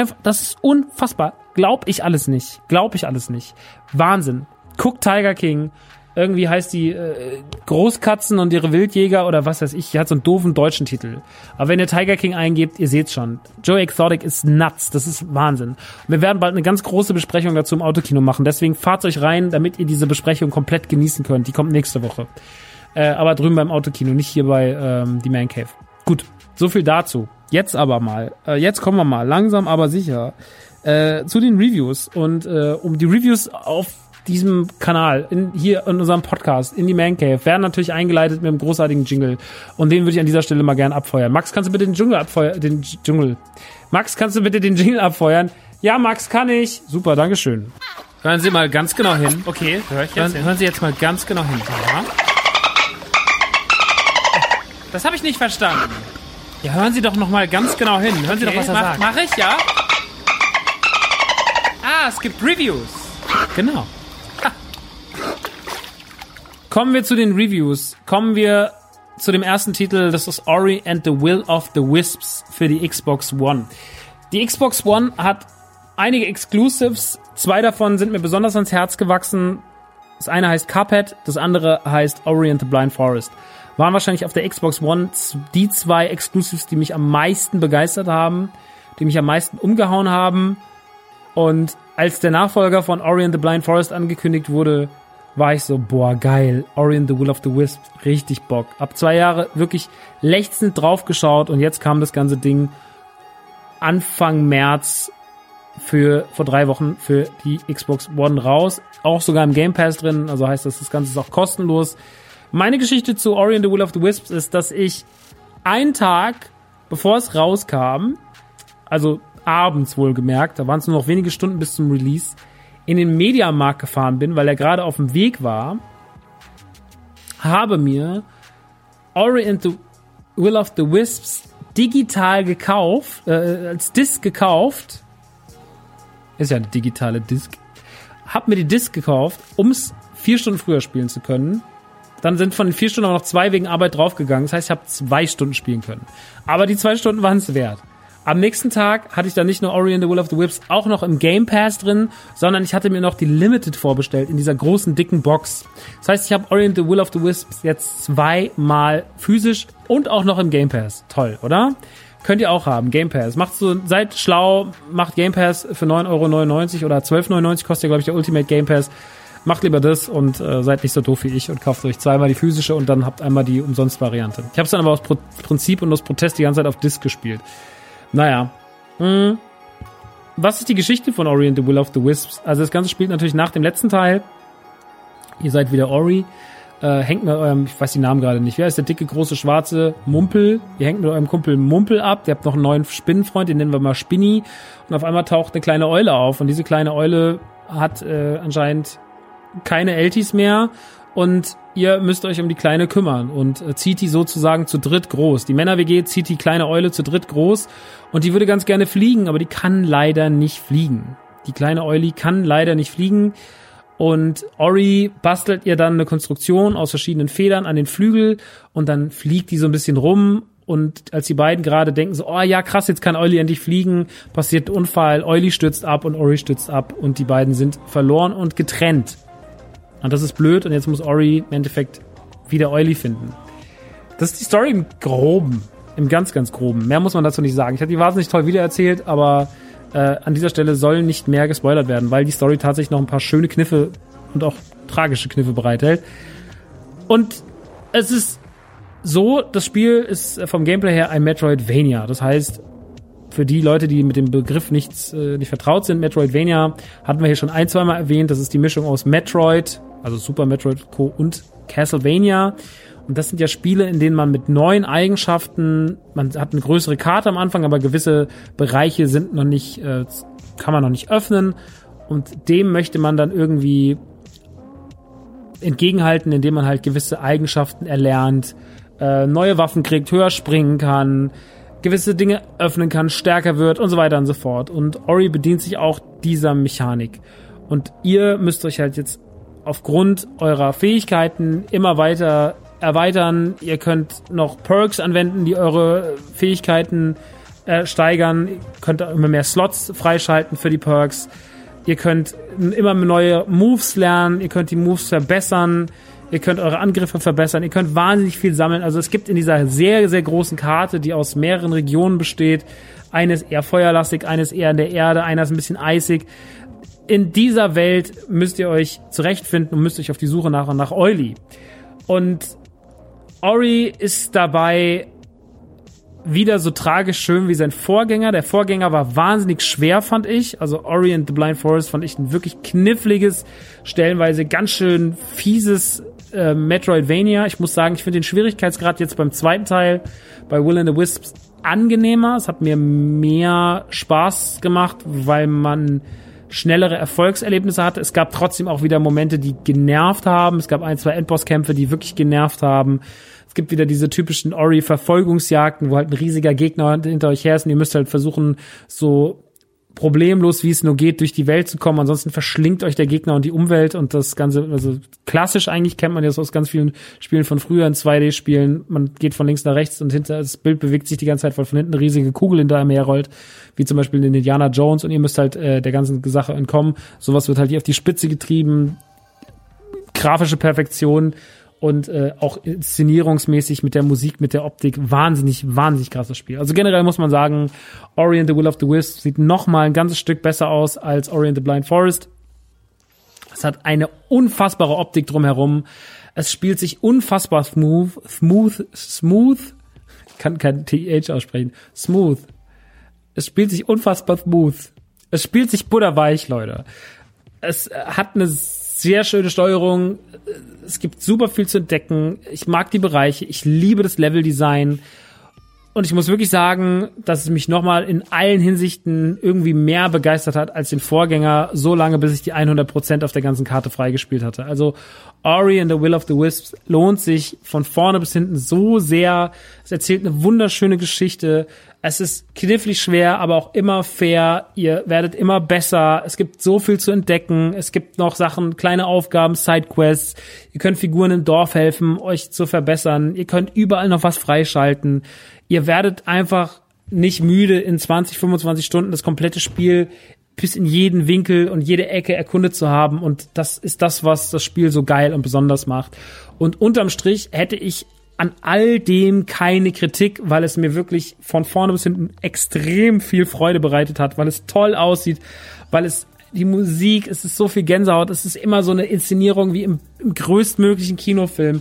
unfassbar. Glaub ich alles nicht. Wahnsinn. Guckt Tiger King. Irgendwie heißt die Großkatzen und ihre Wildjäger oder was weiß ich. Die hat so einen doofen deutschen Titel. Aber wenn ihr Tiger King eingebt, ihr seht's schon. Joe Exotic ist nuts. Das ist Wahnsinn. Und wir werden bald eine ganz große Besprechung dazu im Autokino machen. Deswegen fahrt euch rein, damit ihr diese Besprechung komplett genießen könnt. Die kommt nächste Woche. Aber drüben beim Autokino, nicht hier bei die Man Cave. Gut, so viel dazu. Jetzt aber mal. Jetzt kommen wir mal langsam, aber sicher zu den Reviews. Und um die Reviews auf diesem Kanal, hier in unserem Podcast, in die Man Cave, werden natürlich eingeleitet mit einem großartigen Jingle. Und den würde ich an dieser Stelle mal gern abfeuern. Max, kannst du bitte den Jingle abfeuern? Max, kannst du bitte den Jingle abfeuern? Ja, Max, kann ich. Super, dankeschön. Hören Sie mal ganz genau hin. Okay, höre ich jetzt hin. Hören Sie jetzt mal ganz genau hin. Ja. Das habe ich nicht verstanden. Ja, hören Sie doch noch mal ganz genau hin. Hören Sie doch, was er sagt. Mach ich, ja? Es gibt Reviews. Genau. Kommen wir zu den Reviews. Kommen wir zu dem ersten Titel. Das ist Ori and the Will of the Wisps für die Xbox One. Die Xbox One hat einige Exclusives. 2 davon sind mir besonders ans Herz gewachsen. Das eine heißt Cuphead, das andere heißt Ori and the Blind Forest. Waren wahrscheinlich auf der Xbox One die 2 Exclusives, die mich am meisten begeistert haben, die mich am meisten umgehauen haben. Und als der Nachfolger von Ori and the Blind Forest angekündigt wurde, war ich so, boah, geil, Ori and the Will of the Wisps, richtig Bock. Ab 2 Jahre wirklich lechzend draufgeschaut und jetzt kam das ganze Ding Anfang März vor 3 Wochen für die Xbox One raus. Auch sogar im Game Pass drin, also heißt das Ganze ist auch kostenlos. Meine Geschichte zu Ori and the Will of the Wisps ist, dass ich einen Tag, bevor es rauskam, also abends wohlgemerkt, da waren es nur noch wenige Stunden bis zum Release, in den Mediamarkt gefahren bin, weil er gerade auf dem Weg war, habe mir Ori and the Will of the Wisps digital gekauft, als Disc gekauft. Ist ja eine digitale Disc. Hab mir die Disc gekauft, um es 4 Stunden früher spielen zu können. Dann sind von den 4 Stunden aber noch 2 wegen Arbeit draufgegangen. Das heißt, ich habe 2 Stunden spielen können. Aber die 2 Stunden waren es wert. Am nächsten Tag hatte ich dann nicht nur Ori and the Will of the Wisps auch noch im Game Pass drin, sondern ich hatte mir noch die Limited vorbestellt in dieser großen, dicken Box. Das heißt, ich habe Ori and the Will of the Wisps jetzt 2-mal physisch und auch noch im Game Pass. Toll, oder? Könnt ihr auch haben, Game Pass. Seid schlau, macht Game Pass für 9,99 € oder 12,99 € kostet ja, glaube ich, der Ultimate Game Pass. Macht lieber das und seid nicht so doof wie ich und kauft euch 2-mal die physische und dann habt einmal die Umsonst-Variante. Ich habe es dann aber aus Prinzip und aus Protest die ganze Zeit auf Disc gespielt. Naja. Was ist die Geschichte von Ori and the Will of the Wisps? Also das Ganze spielt natürlich nach dem letzten Teil. Ihr seid wieder Ori. Hängt mit eurem, ich weiß die Namen gerade nicht, wer ist der dicke, große, schwarze Mumpel? Ihr hängt mit eurem Kumpel Mumpel ab. Ihr habt noch einen neuen Spinnenfreund, den nennen wir mal Spinny. Und auf einmal taucht eine kleine Eule auf. Und diese kleine Eule hat anscheinend keine Eltis mehr. Und ihr müsst euch um die Kleine kümmern und zieht die sozusagen zu dritt groß. Die Männer-WG zieht die kleine Eule zu dritt groß und die würde ganz gerne fliegen, aber die kann leider nicht fliegen. Die kleine Euli kann leider nicht fliegen und Ori bastelt ihr dann eine Konstruktion aus verschiedenen Federn an den Flügel und dann fliegt die so ein bisschen rum und als die beiden gerade denken so, oh ja krass, jetzt kann Euli endlich fliegen, passiert ein Unfall, Euli stürzt ab und Ori stürzt ab und die beiden sind verloren und getrennt. Und das ist blöd und jetzt muss Ori im Endeffekt wieder Euli finden. Das ist die Story im Groben. Im ganz, ganz Groben. Mehr muss man dazu nicht sagen. Ich habe die wahnsinnig toll wiedererzählt, aber an dieser Stelle soll nicht mehr gespoilert werden, weil die Story tatsächlich noch ein paar schöne Kniffe und auch tragische Kniffe bereithält. Und es ist so, das Spiel ist vom Gameplay her ein Metroidvania. Das heißt, für die Leute, die mit dem Begriff nicht vertraut sind, Metroidvania hatten wir hier schon 1-2 Mal erwähnt. Das ist die Mischung aus Metroid, also Super Metroid Co. und Castlevania. Und das sind ja Spiele, in denen man mit neuen Eigenschaften, man hat eine größere Karte am Anfang, aber gewisse Bereiche sind noch nicht, kann man noch nicht öffnen. Und dem möchte man dann irgendwie entgegenhalten, indem man halt gewisse Eigenschaften erlernt, neue Waffen kriegt, höher springen kann, gewisse Dinge öffnen kann, stärker wird und so weiter und so fort. Und Ori bedient sich auch dieser Mechanik. Und ihr müsst euch halt jetzt aufgrund eurer Fähigkeiten immer weiter erweitern. Ihr könnt noch Perks anwenden, die eure Fähigkeiten steigern. Ihr könnt immer mehr Slots freischalten für die Perks. ihr könnt immer neue Moves lernen, ihr könnt die Moves verbessern, ihr könnt eure Angriffe verbessern, ihr könnt wahnsinnig viel sammeln. Also es gibt in dieser sehr, sehr großen Karte, die aus mehreren Regionen besteht, eine ist eher feuerlastig, eine ist eher in der Erde, einer ist ein bisschen eisig. In dieser Welt müsst ihr euch zurechtfinden und müsst euch auf die Suche nach Oily. Und Ori ist dabei wieder so tragisch schön wie sein Vorgänger. Der Vorgänger war wahnsinnig schwer, fand ich. Also Ori and the Blind Forest fand ich ein wirklich kniffliges, stellenweise ganz schön fieses Metroidvania. Ich muss sagen, ich finde den Schwierigkeitsgrad jetzt beim zweiten Teil bei Will and the Wisps angenehmer. Es hat mir mehr Spaß gemacht, weil man schnellere Erfolgserlebnisse hatte. Es gab trotzdem auch wieder Momente, die genervt haben. Es gab 1, 2 Endbosskämpfe, die wirklich genervt haben. Es gibt wieder diese typischen Ori-Verfolgungsjagden, wo halt ein riesiger Gegner hinter euch her ist und ihr müsst halt versuchen, so problemlos, wie es nur geht, durch die Welt zu kommen. Ansonsten verschlingt euch der Gegner und die Umwelt und das Ganze, also klassisch eigentlich kennt man das aus ganz vielen Spielen von früher, in 2D-Spielen. Man geht von links nach rechts und hinter das Bild bewegt sich die ganze Zeit, weil von hinten eine riesige Kugel hinter einem herrollt, wie zum Beispiel in Indiana Jones und ihr müsst halt der ganzen Sache entkommen. Sowas wird halt hier auf die Spitze getrieben. Grafische Perfektion und auch inszenierungsmäßig mit der Musik, mit der Optik, wahnsinnig krasses Spiel. Also generell muss man sagen, Ori and the Will of the Wisps sieht noch mal ein ganzes Stück besser aus als Ori and the Blind Forest. Es hat eine unfassbare Optik drumherum. Es spielt sich unfassbar smooth. Ich kann kein TH aussprechen. Smooth. Es spielt sich unfassbar smooth. Es spielt sich butterweich, Leute. Es hat eine sehr schöne Steuerung. Es gibt super viel zu entdecken. Ich mag die Bereiche. Ich liebe das Leveldesign. Und ich muss wirklich sagen, dass es mich nochmal in allen Hinsichten irgendwie mehr begeistert hat als den Vorgänger, so lange, bis ich die 100% auf der ganzen Karte freigespielt hatte. Also Ori and the Will of the Wisps lohnt sich von vorne bis hinten so sehr. Es erzählt eine wunderschöne Geschichte. Es ist knifflig schwer, aber auch immer fair. Ihr werdet immer besser. Es gibt so viel zu entdecken. Es gibt noch Sachen, kleine Aufgaben, Sidequests. Ihr könnt Figuren im Dorf helfen, euch zu verbessern. Ihr könnt überall noch was freischalten. Ihr werdet einfach nicht müde, in 20, 25 Stunden das komplette Spiel bis in jeden Winkel und jede Ecke erkundet zu haben. Und das ist das, was das Spiel so geil und besonders macht. Und unterm Strich hätte ich an all dem keine Kritik, weil es mir wirklich von vorne bis hinten extrem viel Freude bereitet hat, weil es toll aussieht, weil es die Musik, es ist so viel Gänsehaut, es ist immer so eine Inszenierung wie im größtmöglichen Kinofilm.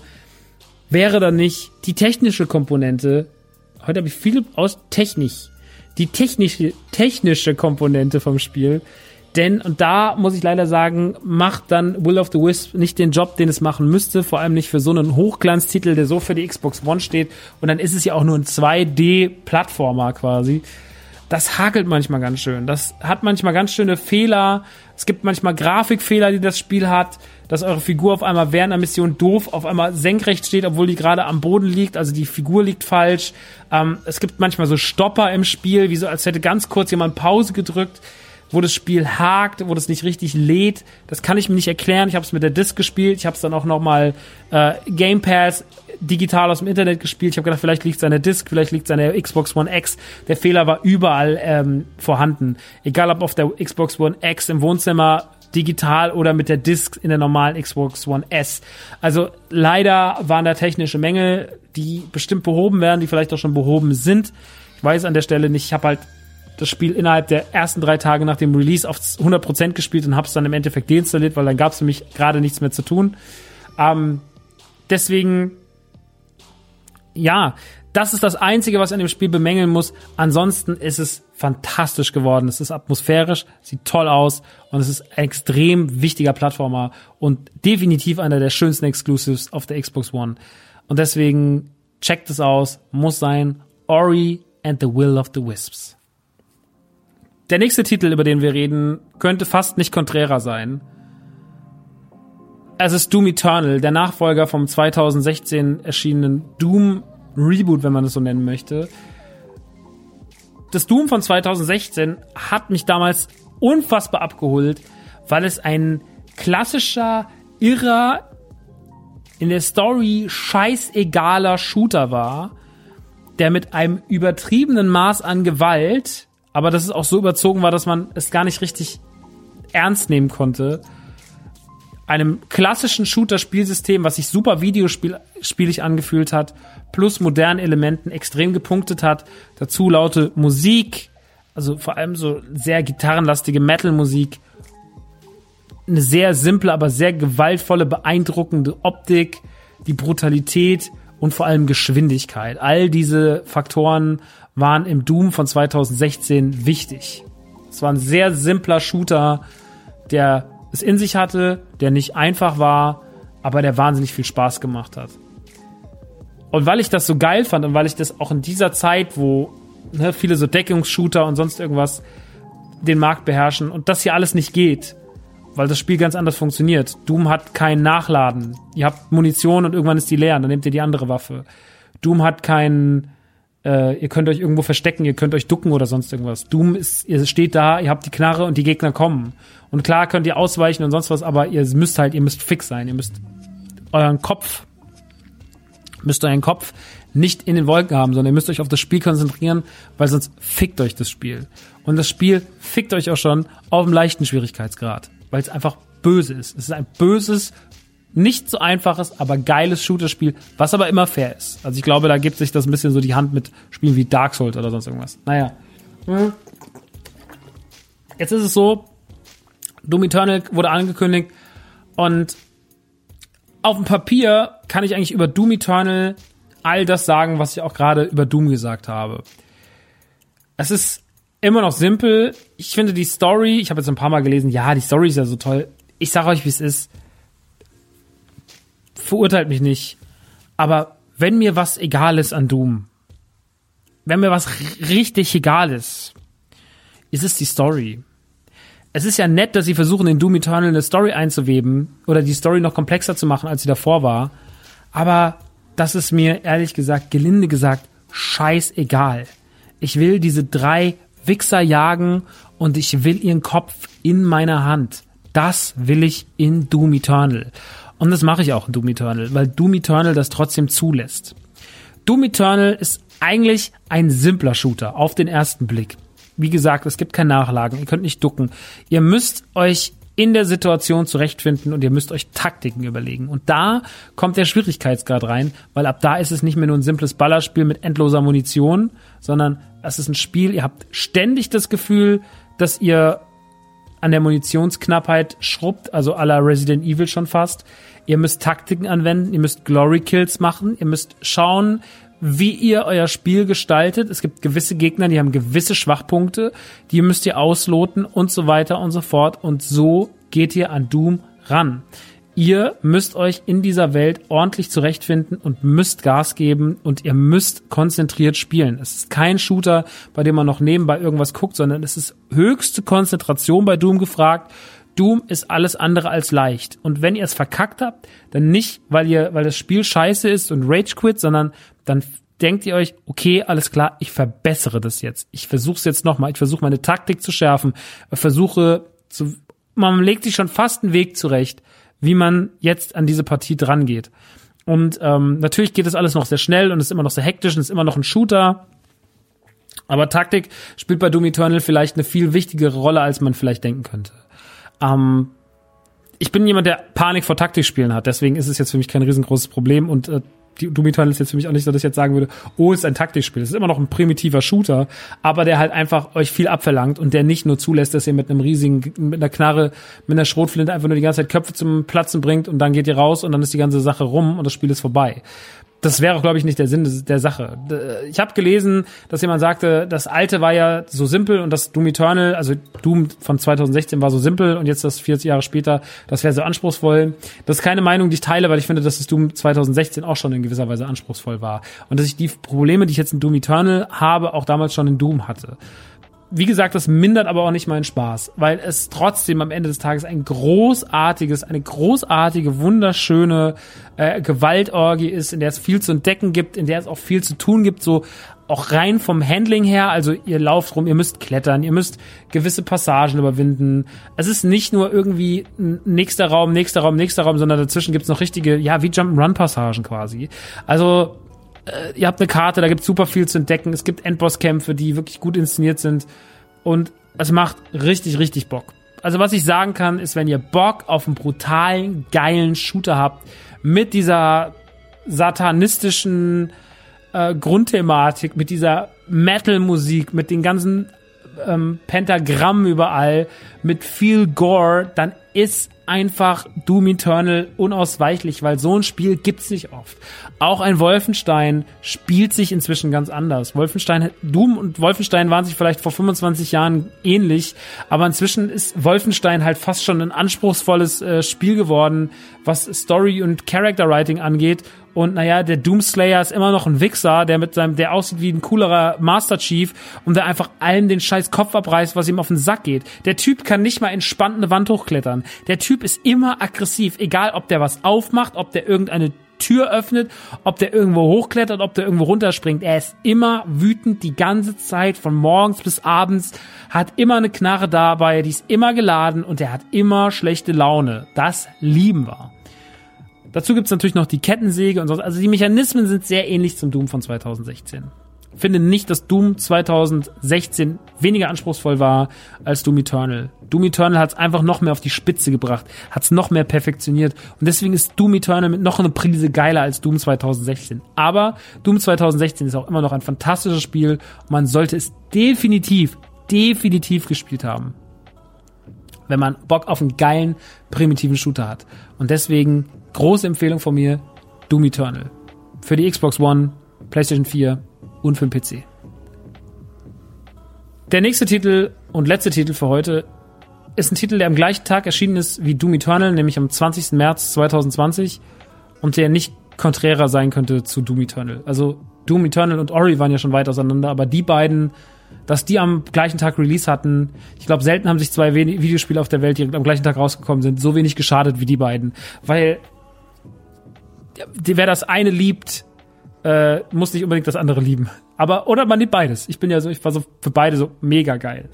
Wäre da nicht die technische Komponente, heute habe ich viel aus Technik, die technische Komponente vom Spiel, denn, und da muss ich leider sagen, macht dann Will of the Wisp nicht den Job, den es machen müsste, vor allem nicht für so einen Hochglanztitel, der so für die Xbox One steht, und dann ist es ja auch nur ein 2D-Plattformer quasi. Das hakelt manchmal ganz schön. Das hat manchmal ganz schöne Fehler. Es gibt manchmal Grafikfehler, die das Spiel hat, dass eure Figur auf einmal während einer Mission doof auf einmal senkrecht steht, obwohl die gerade am Boden liegt. Also die Figur liegt falsch. Es gibt manchmal so Stopper im Spiel, wie so als hätte ganz kurz jemand Pause gedrückt, wo das Spiel hakt, wo das nicht richtig lädt. Das kann ich mir nicht erklären. Ich habe es mit der Disc gespielt. Ich habe es dann auch nochmal Game Pass digital aus dem Internet gespielt. Ich habe gedacht, vielleicht liegt es an der Disc, vielleicht liegt es an der Xbox One X. Der Fehler war überall vorhanden. Egal ob auf der Xbox One X im Wohnzimmer digital oder mit der Disc in der normalen Xbox One S. Also leider waren da technische Mängel, die bestimmt behoben werden, die vielleicht auch schon behoben sind. Ich weiß an der Stelle nicht. Ich habe halt das Spiel innerhalb der ersten 3 Tage nach dem Release auf 100% gespielt und habe es dann im Endeffekt deinstalliert, weil dann gab es für mich gerade nichts mehr zu tun. Deswegen, ja, das ist das Einzige, was ich an dem Spiel bemängeln muss. Ansonsten ist es fantastisch geworden. Es ist atmosphärisch, sieht toll aus und es ist ein extrem wichtiger Plattformer und definitiv einer der schönsten Exclusives auf der Xbox One. Und deswegen checkt es aus, muss sein. Ori and the Will of the Wisps. Der nächste Titel, über den wir reden, könnte fast nicht konträrer sein. Es ist Doom Eternal, der Nachfolger vom 2016 erschienenen Doom Reboot, wenn man es so nennen möchte. Das Doom von 2016 hat mich damals unfassbar abgeholt, weil es ein klassischer, irrer, in der Story scheißegaler Shooter war, der mit einem übertriebenen Maß an Gewalt, aber dass es auch so überzogen war, dass man es gar nicht richtig ernst nehmen konnte. Einem klassischen Shooter-Spielsystem, was sich super videospielig angefühlt hat, plus modernen Elementen extrem gepunktet hat. Dazu laute Musik, also vor allem so sehr gitarrenlastige Metal-Musik. Eine sehr simple, aber sehr gewaltvolle, beeindruckende Optik, die Brutalität und vor allem Geschwindigkeit. All diese Faktoren waren im Doom von 2016 wichtig. Es war ein sehr simpler Shooter, der es in sich hatte, der nicht einfach war, aber der wahnsinnig viel Spaß gemacht hat. Und weil ich das so geil fand und weil ich das auch in dieser Zeit, wo viele so Deckungsshooter und sonst irgendwas den Markt beherrschen und das hier alles nicht geht, weil das Spiel ganz anders funktioniert. Doom hat kein Nachladen. Ihr habt Munition und irgendwann ist die leer, dann nehmt ihr die andere Waffe. Doom hat kein, ihr könnt euch irgendwo verstecken, ihr könnt euch ducken oder sonst irgendwas. Doom ist, ihr steht da, ihr habt die Knarre und die Gegner kommen. Und klar könnt ihr ausweichen und sonst was, aber ihr müsst fix sein. Ihr müsst euren Kopf nicht in den Wolken haben, sondern ihr müsst euch auf das Spiel konzentrieren, weil sonst fickt euch das Spiel. Und das Spiel fickt euch auch schon auf einem leichten Schwierigkeitsgrad, weil es einfach böse ist. Es ist ein böses, nicht so einfaches, aber geiles Shooter-Spiel, was aber immer fair ist. Also ich glaube, da gibt sich das ein bisschen so die Hand mit Spielen wie Dark Souls oder sonst irgendwas. Naja. Jetzt ist es so, Doom Eternal wurde angekündigt und auf dem Papier kann ich eigentlich über Doom Eternal all das sagen, was ich auch gerade über Doom gesagt habe. Es ist immer noch simpel. Ich finde die Story, ich habe jetzt ein paar Mal gelesen, ja, die Story ist ja so toll. Ich sage euch, wie es ist. Verurteilt mich nicht. Aber wenn mir was egal ist an Doom, wenn mir was richtig egal ist es die Story. Es ist ja nett, dass sie versuchen, in Doom Eternal eine Story einzuweben oder die Story noch komplexer zu machen, als sie davor war. Aber das ist mir, ehrlich gesagt, gelinde gesagt, scheißegal. Ich will diese 3 Wichser jagen und ich will ihren Kopf in meiner Hand. Das will ich in Doom Eternal. Und das mache ich auch in Doom Eternal, weil Doom Eternal das trotzdem zulässt. Doom Eternal ist eigentlich ein simpler Shooter auf den ersten Blick. Wie gesagt, es gibt kein Nachlagen, ihr könnt nicht ducken. Ihr müsst euch in der Situation zurechtfinden und ihr müsst euch Taktiken überlegen. Und da kommt der Schwierigkeitsgrad rein, weil ab da ist es nicht mehr nur ein simples Ballerspiel mit endloser Munition, sondern es ist ein Spiel, ihr habt ständig das Gefühl, dass ihr an der Munitionsknappheit schrubbt, also à la Resident Evil schon fast. Ihr müsst Taktiken anwenden, ihr müsst Glory Kills machen, ihr müsst schauen, wie ihr euer Spiel gestaltet. Es gibt gewisse Gegner, die haben gewisse Schwachpunkte, die müsst ihr ausloten und so weiter und so fort. Und so geht ihr an Doom ran. Ihr müsst euch in dieser Welt ordentlich zurechtfinden und müsst Gas geben und ihr müsst konzentriert spielen. Es ist kein Shooter, bei dem man noch nebenbei irgendwas guckt, sondern es ist höchste Konzentration bei Doom gefragt. Doom ist alles andere als leicht. Und wenn ihr es verkackt habt, dann nicht, weil das Spiel scheiße ist und Rage Quit, sondern dann denkt ihr euch, okay, alles klar, ich verbessere das jetzt. Ich versuche es jetzt nochmal. Ich versuche meine Taktik zu schärfen. Man legt sich schon fast einen Weg zurecht, wie man jetzt an diese Partie dran geht. Und natürlich geht das alles noch sehr schnell und ist immer noch sehr hektisch und ist immer noch ein Shooter. Aber Taktik spielt bei Doom Eternal vielleicht eine viel wichtigere Rolle, als man vielleicht denken könnte. Ich bin jemand, der Panik vor Taktikspielen hat, deswegen ist es jetzt für mich kein riesengroßes Problem und Doom Eternal ist jetzt für mich auch nicht so, dass ich jetzt sagen würde, oh, es ist ein Taktikspiel. Es ist immer noch ein primitiver Shooter, aber der halt einfach euch viel abverlangt und der nicht nur zulässt, dass ihr mit einer Knarre, mit einer Schrotflinte einfach nur die ganze Zeit Köpfe zum Platzen bringt und dann geht ihr raus und dann ist die ganze Sache rum und das Spiel ist vorbei. Das wäre auch, glaube ich, nicht der Sinn der Sache. Ich habe gelesen, dass jemand sagte, das alte war ja so simpel und das Doom Eternal, also Doom von 2016 war so simpel und jetzt das 40 Jahre später, das wäre so anspruchsvoll. Das ist keine Meinung, die ich teile, weil ich finde, dass das Doom 2016 auch schon in gewisser Weise anspruchsvoll war. Und dass ich die Probleme, die ich jetzt in Doom Eternal habe, auch damals schon in Doom hatte. Wie gesagt, das mindert aber auch nicht meinen Spaß, weil es trotzdem am Ende des Tages eine großartige, wunderschöne Gewaltorgie ist, in der es viel zu entdecken gibt, in der es auch viel zu tun gibt, so auch rein vom Handling her, also ihr lauft rum, ihr müsst klettern, ihr müsst gewisse Passagen überwinden. Es ist nicht nur irgendwie nächster Raum, sondern dazwischen gibt's noch richtige, ja, wie Jump'n'Run-Passagen quasi. Also ihr habt eine Karte, da gibt's super viel zu entdecken. Es gibt Endbosskämpfe, die wirklich gut inszeniert sind. Und es macht richtig, richtig Bock. Also was ich sagen kann, ist, wenn ihr Bock auf einen brutalen, geilen Shooter habt, mit dieser satanistischen Grundthematik, mit dieser Metal-Musik, mit den ganzen Pentagrammen überall, mit viel Gore, dann ist einfach Doom Eternal unausweichlich, weil so ein Spiel gibt's nicht oft. Auch ein Wolfenstein spielt sich inzwischen ganz anders. Doom und Wolfenstein waren sich vielleicht vor 25 Jahren ähnlich, aber inzwischen ist Wolfenstein halt fast schon ein anspruchsvolles Spiel geworden, was Story und Character Writing angeht. Und naja, der Doomslayer ist immer noch ein Wichser, der aussieht wie ein coolerer Master Chief und der einfach allen den scheiß Kopf abreißt, was ihm auf den Sack geht. Der Typ kann nicht mal entspannt eine Wand hochklettern. Der Typ ist immer aggressiv, egal ob der was aufmacht, ob der irgendeine Tür öffnet, ob der irgendwo hochklettert, ob der irgendwo runterspringt. Er ist immer wütend die ganze Zeit, von morgens bis abends, hat immer eine Knarre dabei, die ist immer geladen und er hat immer schlechte Laune. Das lieben wir. Dazu gibt's natürlich noch die Kettensäge und so. Also die Mechanismen sind sehr ähnlich zum Doom von 2016. Ich finde nicht, dass Doom 2016 weniger anspruchsvoll war als Doom Eternal. Doom Eternal hat's einfach noch mehr auf die Spitze gebracht, hat's noch mehr perfektioniert und deswegen ist Doom Eternal mit noch eine Prise geiler als Doom 2016. Aber Doom 2016 ist auch immer noch ein fantastisches Spiel und man sollte es definitiv gespielt haben, wenn man Bock auf einen geilen, primitiven Shooter hat. Und deswegen große Empfehlung von mir, Doom Eternal. Für die Xbox One, PlayStation 4 und für den PC. Der nächste Titel und letzte Titel für heute ist ein Titel, der am gleichen Tag erschienen ist wie Doom Eternal, nämlich am 20. März 2020 und der nicht konträrer sein könnte zu Doom Eternal. Also Doom Eternal und Ori waren ja schon weit auseinander, aber die beiden, dass die am gleichen Tag Release hatten, ich glaube, selten haben sich zwei Videospiele auf der Welt, die am gleichen Tag rausgekommen sind, so wenig geschadet wie die beiden. Weil wer das eine liebt, muss nicht unbedingt das andere lieben. Aber, oder man liebt beides. Ich war so für beide so mega geil.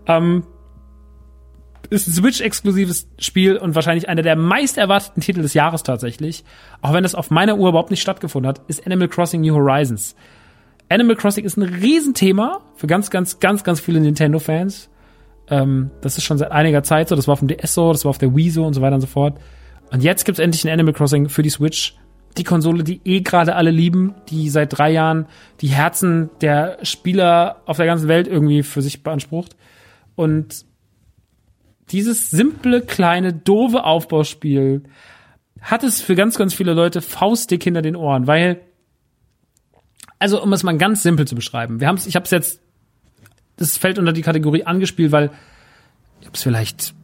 Ist ein Switch-exklusives Spiel und wahrscheinlich einer der meist erwarteten Titel des Jahres tatsächlich. Auch wenn das auf meiner Uhr überhaupt nicht stattgefunden hat, ist Animal Crossing New Horizons. Animal Crossing ist ein Riesenthema für ganz viele Nintendo-Fans. Das ist schon seit einiger Zeit so. Das war auf dem DS so, das war auf der Wii so und so weiter und so fort. Und jetzt gibt's endlich ein Animal Crossing für die Switch. Die Konsole, die gerade alle lieben, die seit 3 Jahren die Herzen der Spieler auf der ganzen Welt irgendwie für sich beansprucht. Und dieses simple, kleine, doofe Aufbauspiel hat es für ganz viele Leute faustdick hinter den Ohren, weil, also um es mal ganz simpel zu beschreiben, ich hab's jetzt, das fällt unter die Kategorie angespielt, weil ich hab's vielleicht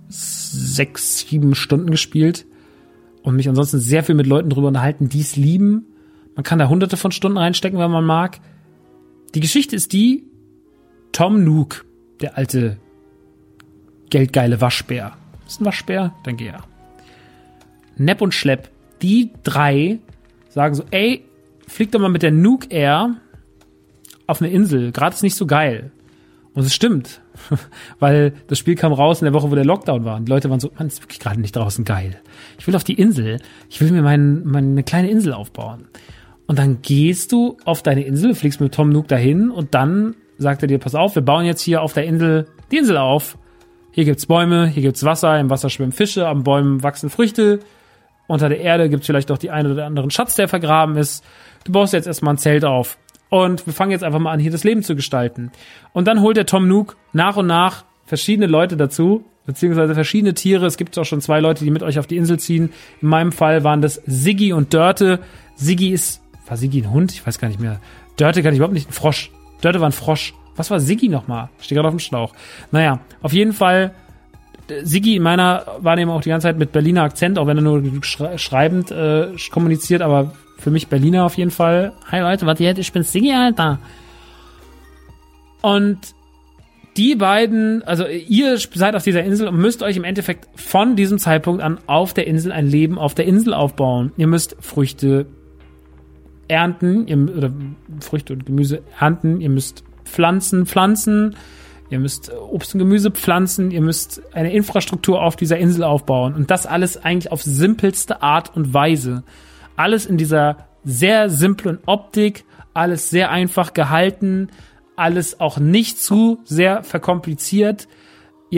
6-7 Stunden gespielt und mich ansonsten sehr viel mit Leuten drüber unterhalten, die es lieben. Man kann da hunderte von Stunden reinstecken, wenn man mag. Die Geschichte ist die, Tom Nook, der alte geldgeile Waschbär. Ist ein Waschbär? Dann geh er. Nepp und Schlepp, die 3 sagen so, ey, flieg doch mal mit der Nook Air auf eine Insel. Gerade ist nicht so geil. Und es stimmt. Weil das Spiel kam raus in der Woche, wo der Lockdown war. Und die Leute waren so, man, ist wirklich gerade nicht draußen geil. Ich will auf die Insel. Ich will mir meine kleine Insel aufbauen. Und dann gehst du auf deine Insel, fliegst mit Tom Nook dahin und dann sagt er dir, pass auf, wir bauen jetzt hier auf der Insel die Insel auf. Hier gibt's Bäume, hier gibt's Wasser, im Wasser schwimmen Fische, an Bäumen wachsen Früchte. Unter der Erde gibt's vielleicht auch die einen oder anderen Schatz, der vergraben ist. Du baust jetzt erstmal ein Zelt auf. Und wir fangen jetzt einfach mal an, hier das Leben zu gestalten. Und dann holt der Tom Nook nach und nach verschiedene Leute dazu, beziehungsweise verschiedene Tiere. Es gibt auch schon 2 Leute, die mit euch auf die Insel ziehen. In meinem Fall waren das Siggi und Dörte. War Siggi ein Hund? Ich weiß gar nicht mehr. Dörte kann ich überhaupt nicht. Ein Frosch. Dörte war ein Frosch. Was war Siggi nochmal? Steht gerade auf dem Schlauch. Naja, auf jeden Fall Siggi in meiner Wahrnehmung auch die ganze Zeit mit Berliner Akzent, auch wenn er nur schreibend kommuniziert, aber für mich Berliner auf jeden Fall. Hi Leute, was ihr, ich bin Siggi, Alter. Und die beiden, also ihr seid auf dieser Insel und müsst euch im Endeffekt von diesem Zeitpunkt an auf der Insel ein Leben auf der Insel aufbauen. Ihr müsst Früchte ernten, oder Früchte und Gemüse ernten, ihr müsst Pflanzen pflanzen, ihr müsst Obst und Gemüse pflanzen, ihr müsst eine Infrastruktur auf dieser Insel aufbauen und das alles eigentlich auf simpelste Art und Weise. Alles in dieser sehr simplen Optik, alles sehr einfach gehalten, alles auch nicht zu sehr verkompliziert. Ihr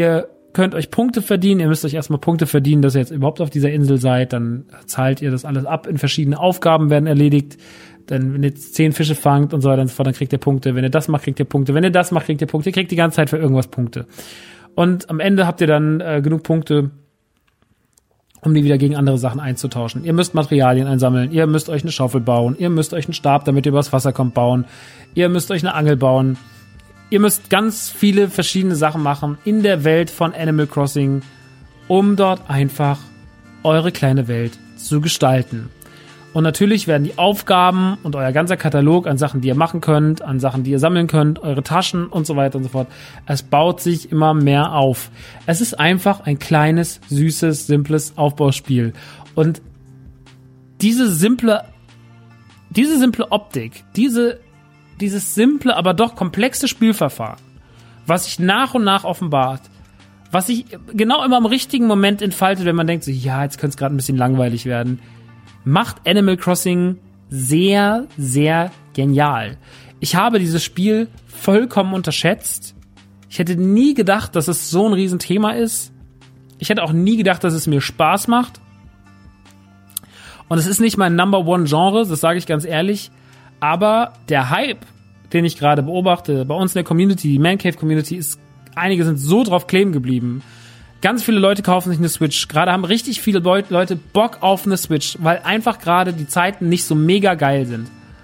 könnt euch Punkte verdienen. Ihr müsst euch erstmal Punkte verdienen, dass ihr jetzt überhaupt auf dieser Insel seid. Dann zahlt ihr das alles ab. In verschiedene Aufgaben werden erledigt. Dann, wenn ihr jetzt 10 Fische fangt und so weiter und so fort, dann kriegt ihr Punkte. Wenn ihr das macht, kriegt ihr Punkte. Wenn ihr das macht, kriegt ihr Punkte. Ihr kriegt die ganze Zeit für irgendwas Punkte. Und am Ende habt ihr dann genug Punkte, um die wieder gegen andere Sachen einzutauschen. Ihr müsst Materialien einsammeln. Ihr müsst euch eine Schaufel bauen. Ihr müsst euch einen Stab, damit ihr übers Wasser kommt, bauen. Ihr müsst euch eine Angel bauen. Ihr müsst ganz viele verschiedene Sachen machen in der Welt von Animal Crossing, um dort einfach eure kleine Welt zu gestalten. Und natürlich werden die Aufgaben und euer ganzer Katalog an Sachen, die ihr machen könnt, an Sachen, die ihr sammeln könnt, eure Taschen und so weiter und so fort, es baut sich immer mehr auf. Es ist einfach ein kleines, süßes, simples Aufbauspiel. Und diese simple Optik, dieses simple, aber doch komplexe Spielverfahren, was sich nach und nach offenbart, was sich genau immer im richtigen Moment entfaltet, wenn man denkt, so, ja, jetzt könnte es gerade ein bisschen langweilig werden, macht Animal Crossing sehr, sehr genial. Ich habe dieses Spiel vollkommen unterschätzt. Ich hätte nie gedacht, dass es so ein Riesenthema ist. Ich hätte auch nie gedacht, dass es mir Spaß macht. Und es ist nicht mein Number-One-Genre, das sage ich ganz ehrlich. Aber der Hype, den ich gerade beobachte, bei uns in der Community, die Man Cave Community, einige sind so drauf kleben geblieben. Ganz viele Leute kaufen sich eine Switch. Gerade haben richtig viele Leute Bock auf eine Switch, weil einfach gerade die Zeiten nicht so mega geil sind.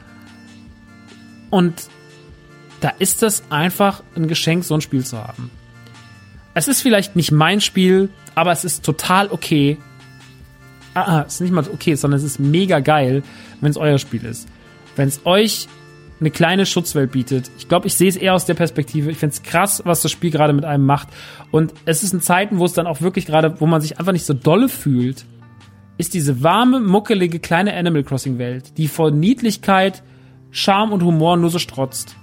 Und da ist das einfach ein Geschenk, so ein Spiel zu haben. Es ist vielleicht nicht mein Spiel, aber es ist total okay. Es ist nicht mal okay, sondern es ist mega geil, wenn es euer Spiel ist. Wenn es euch eine kleine Schutzwelt bietet. Ich glaube, ich sehe es eher aus der Perspektive. Ich finde es krass, was das Spiel gerade mit einem macht. Und es ist in Zeiten, wo es dann auch wirklich gerade, wo man sich einfach nicht so dolle fühlt, ist diese warme, muckelige, kleine Animal Crossing Welt, die vor Niedlichkeit, Charme und Humor nur so strotzt.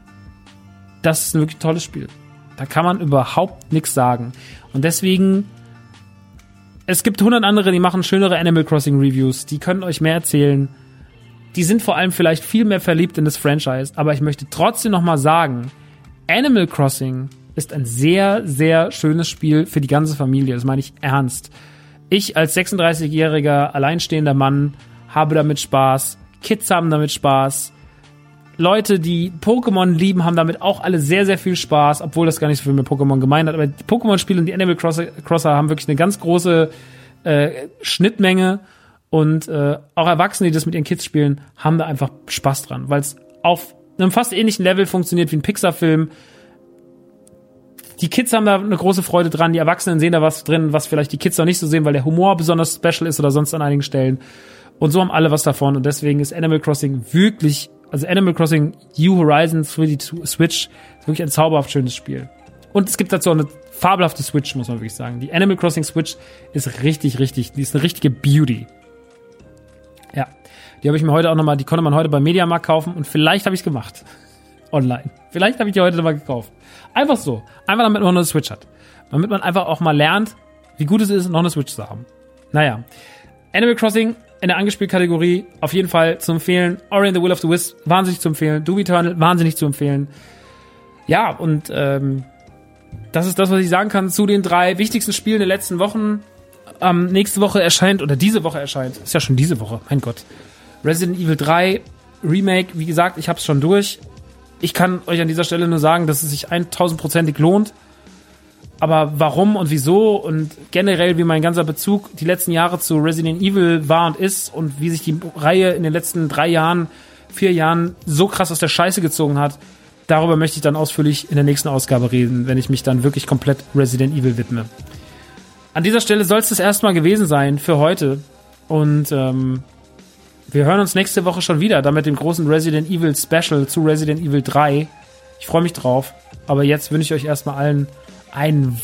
Das ist ein wirklich tolles Spiel. Da kann man überhaupt nichts sagen. Und deswegen, es gibt 100 andere, die machen schönere Animal Crossing Reviews. Die können euch mehr erzählen. Die sind vor allem vielleicht viel mehr verliebt in das Franchise. Aber ich möchte trotzdem nochmal sagen, Animal Crossing ist ein sehr, sehr schönes Spiel für die ganze Familie. Das meine ich ernst. Ich als 36-jähriger alleinstehender Mann habe damit Spaß. Kids haben damit Spaß. Leute, die Pokémon lieben, haben damit auch alle sehr, sehr viel Spaß, obwohl das gar nicht so viel mit Pokémon gemeint hat. Aber die Pokémon-Spiele und die Animal Crosser haben wirklich eine ganz große Schnittmenge. Und auch Erwachsene, die das mit ihren Kids spielen, haben da einfach Spaß dran, weil es auf einem fast ähnlichen Level funktioniert wie ein Pixar-Film. Die Kids haben da eine große Freude dran, die Erwachsenen sehen da was drin, was vielleicht die Kids noch nicht so sehen, weil der Humor besonders special ist oder sonst an einigen Stellen. Und so haben alle was davon. Und deswegen ist Animal Crossing wirklich, also Animal Crossing New Horizons für die Switch ist wirklich ein zauberhaft schönes Spiel. Und es gibt dazu auch eine fabelhafte Switch, muss man wirklich sagen. Die Animal Crossing Switch ist richtig, die ist eine richtige Beauty. Ja, die habe ich mir heute auch nochmal, die konnte man heute beim Mediamarkt kaufen und vielleicht habe ich es gemacht. Online. Vielleicht habe ich die heute nochmal gekauft. Einfach so. Einfach damit man noch eine Switch hat. Damit man einfach auch mal lernt, wie gut es ist, noch eine Switch zu haben. Naja. Animal Crossing in der Angespielt-Kategorie auf jeden Fall zu empfehlen. Ori and the Will of the Wisps, wahnsinnig zu empfehlen. Doom Eternal, wahnsinnig zu empfehlen. Ja, und das ist das, was ich sagen kann zu den 3 wichtigsten Spielen der letzten Wochen. Nächste Woche erscheint, oder diese Woche erscheint, ist ja schon diese Woche, mein Gott, Resident Evil 3 Remake. Wie gesagt, ich hab's schon durch. Ich kann euch an dieser Stelle nur sagen, dass es sich 1000%ig lohnt. Aber warum und wieso und generell, wie mein ganzer Bezug die letzten Jahre zu Resident Evil war und ist und wie sich die Reihe in den letzten 3 Jahren, 4 Jahren so krass aus der Scheiße gezogen hat, darüber möchte ich dann ausführlich in der nächsten Ausgabe reden, wenn ich mich dann wirklich komplett Resident Evil widme. An dieser Stelle soll es das erstmal gewesen sein für heute. Und wir hören uns nächste Woche schon wieder, dann mit dem großen Resident Evil Special zu Resident Evil 3. Ich freue mich drauf. Aber jetzt wünsche ich euch erstmal allen einen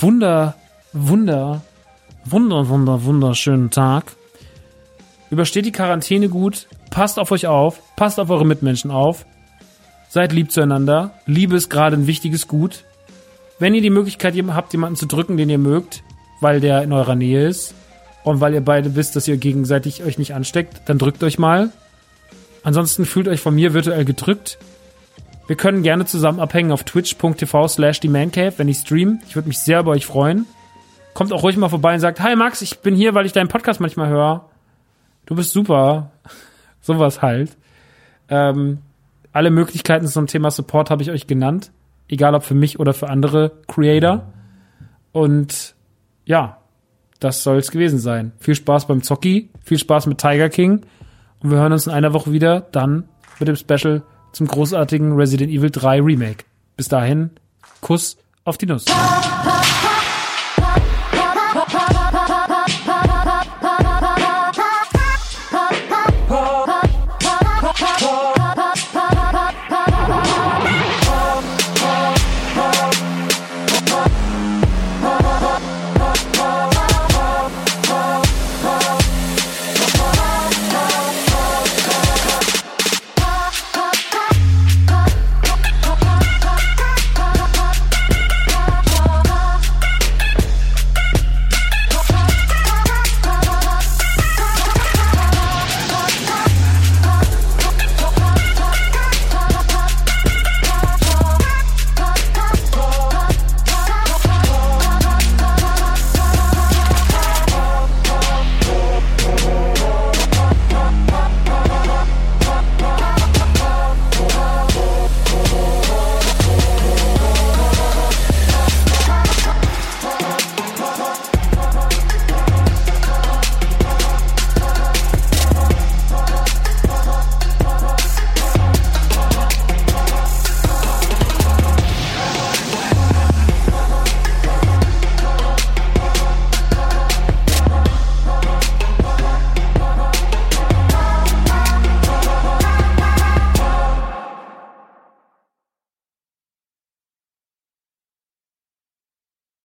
wunderschönen Tag. Übersteht die Quarantäne gut. Passt auf euch auf. Passt auf eure Mitmenschen auf. Seid lieb zueinander. Liebe ist gerade ein wichtiges Gut. Wenn ihr die Möglichkeit habt, jemanden zu drücken, den ihr mögt, weil der in eurer Nähe ist und weil ihr beide wisst, dass ihr gegenseitig euch nicht ansteckt, dann drückt euch mal. Ansonsten fühlt euch von mir virtuell gedrückt. Wir können gerne zusammen abhängen auf twitch.tv/themancave, wenn ich streame. Ich würde mich sehr über euch freuen. kommt auch ruhig mal vorbei und sagt, hi Max, ich bin hier, weil ich deinen Podcast manchmal höre. Du bist super. Sowas halt. Alle Möglichkeiten zum Thema Support habe ich euch genannt. Egal ob für mich oder für andere Creator. Und ja, das soll es gewesen sein. Viel Spaß beim Zocki, viel Spaß mit Tiger King. Und wir hören uns in einer Woche wieder, dann mit dem Special zum großartigen Resident Evil 3 Remake. Bis dahin, Kuss auf die Nuss.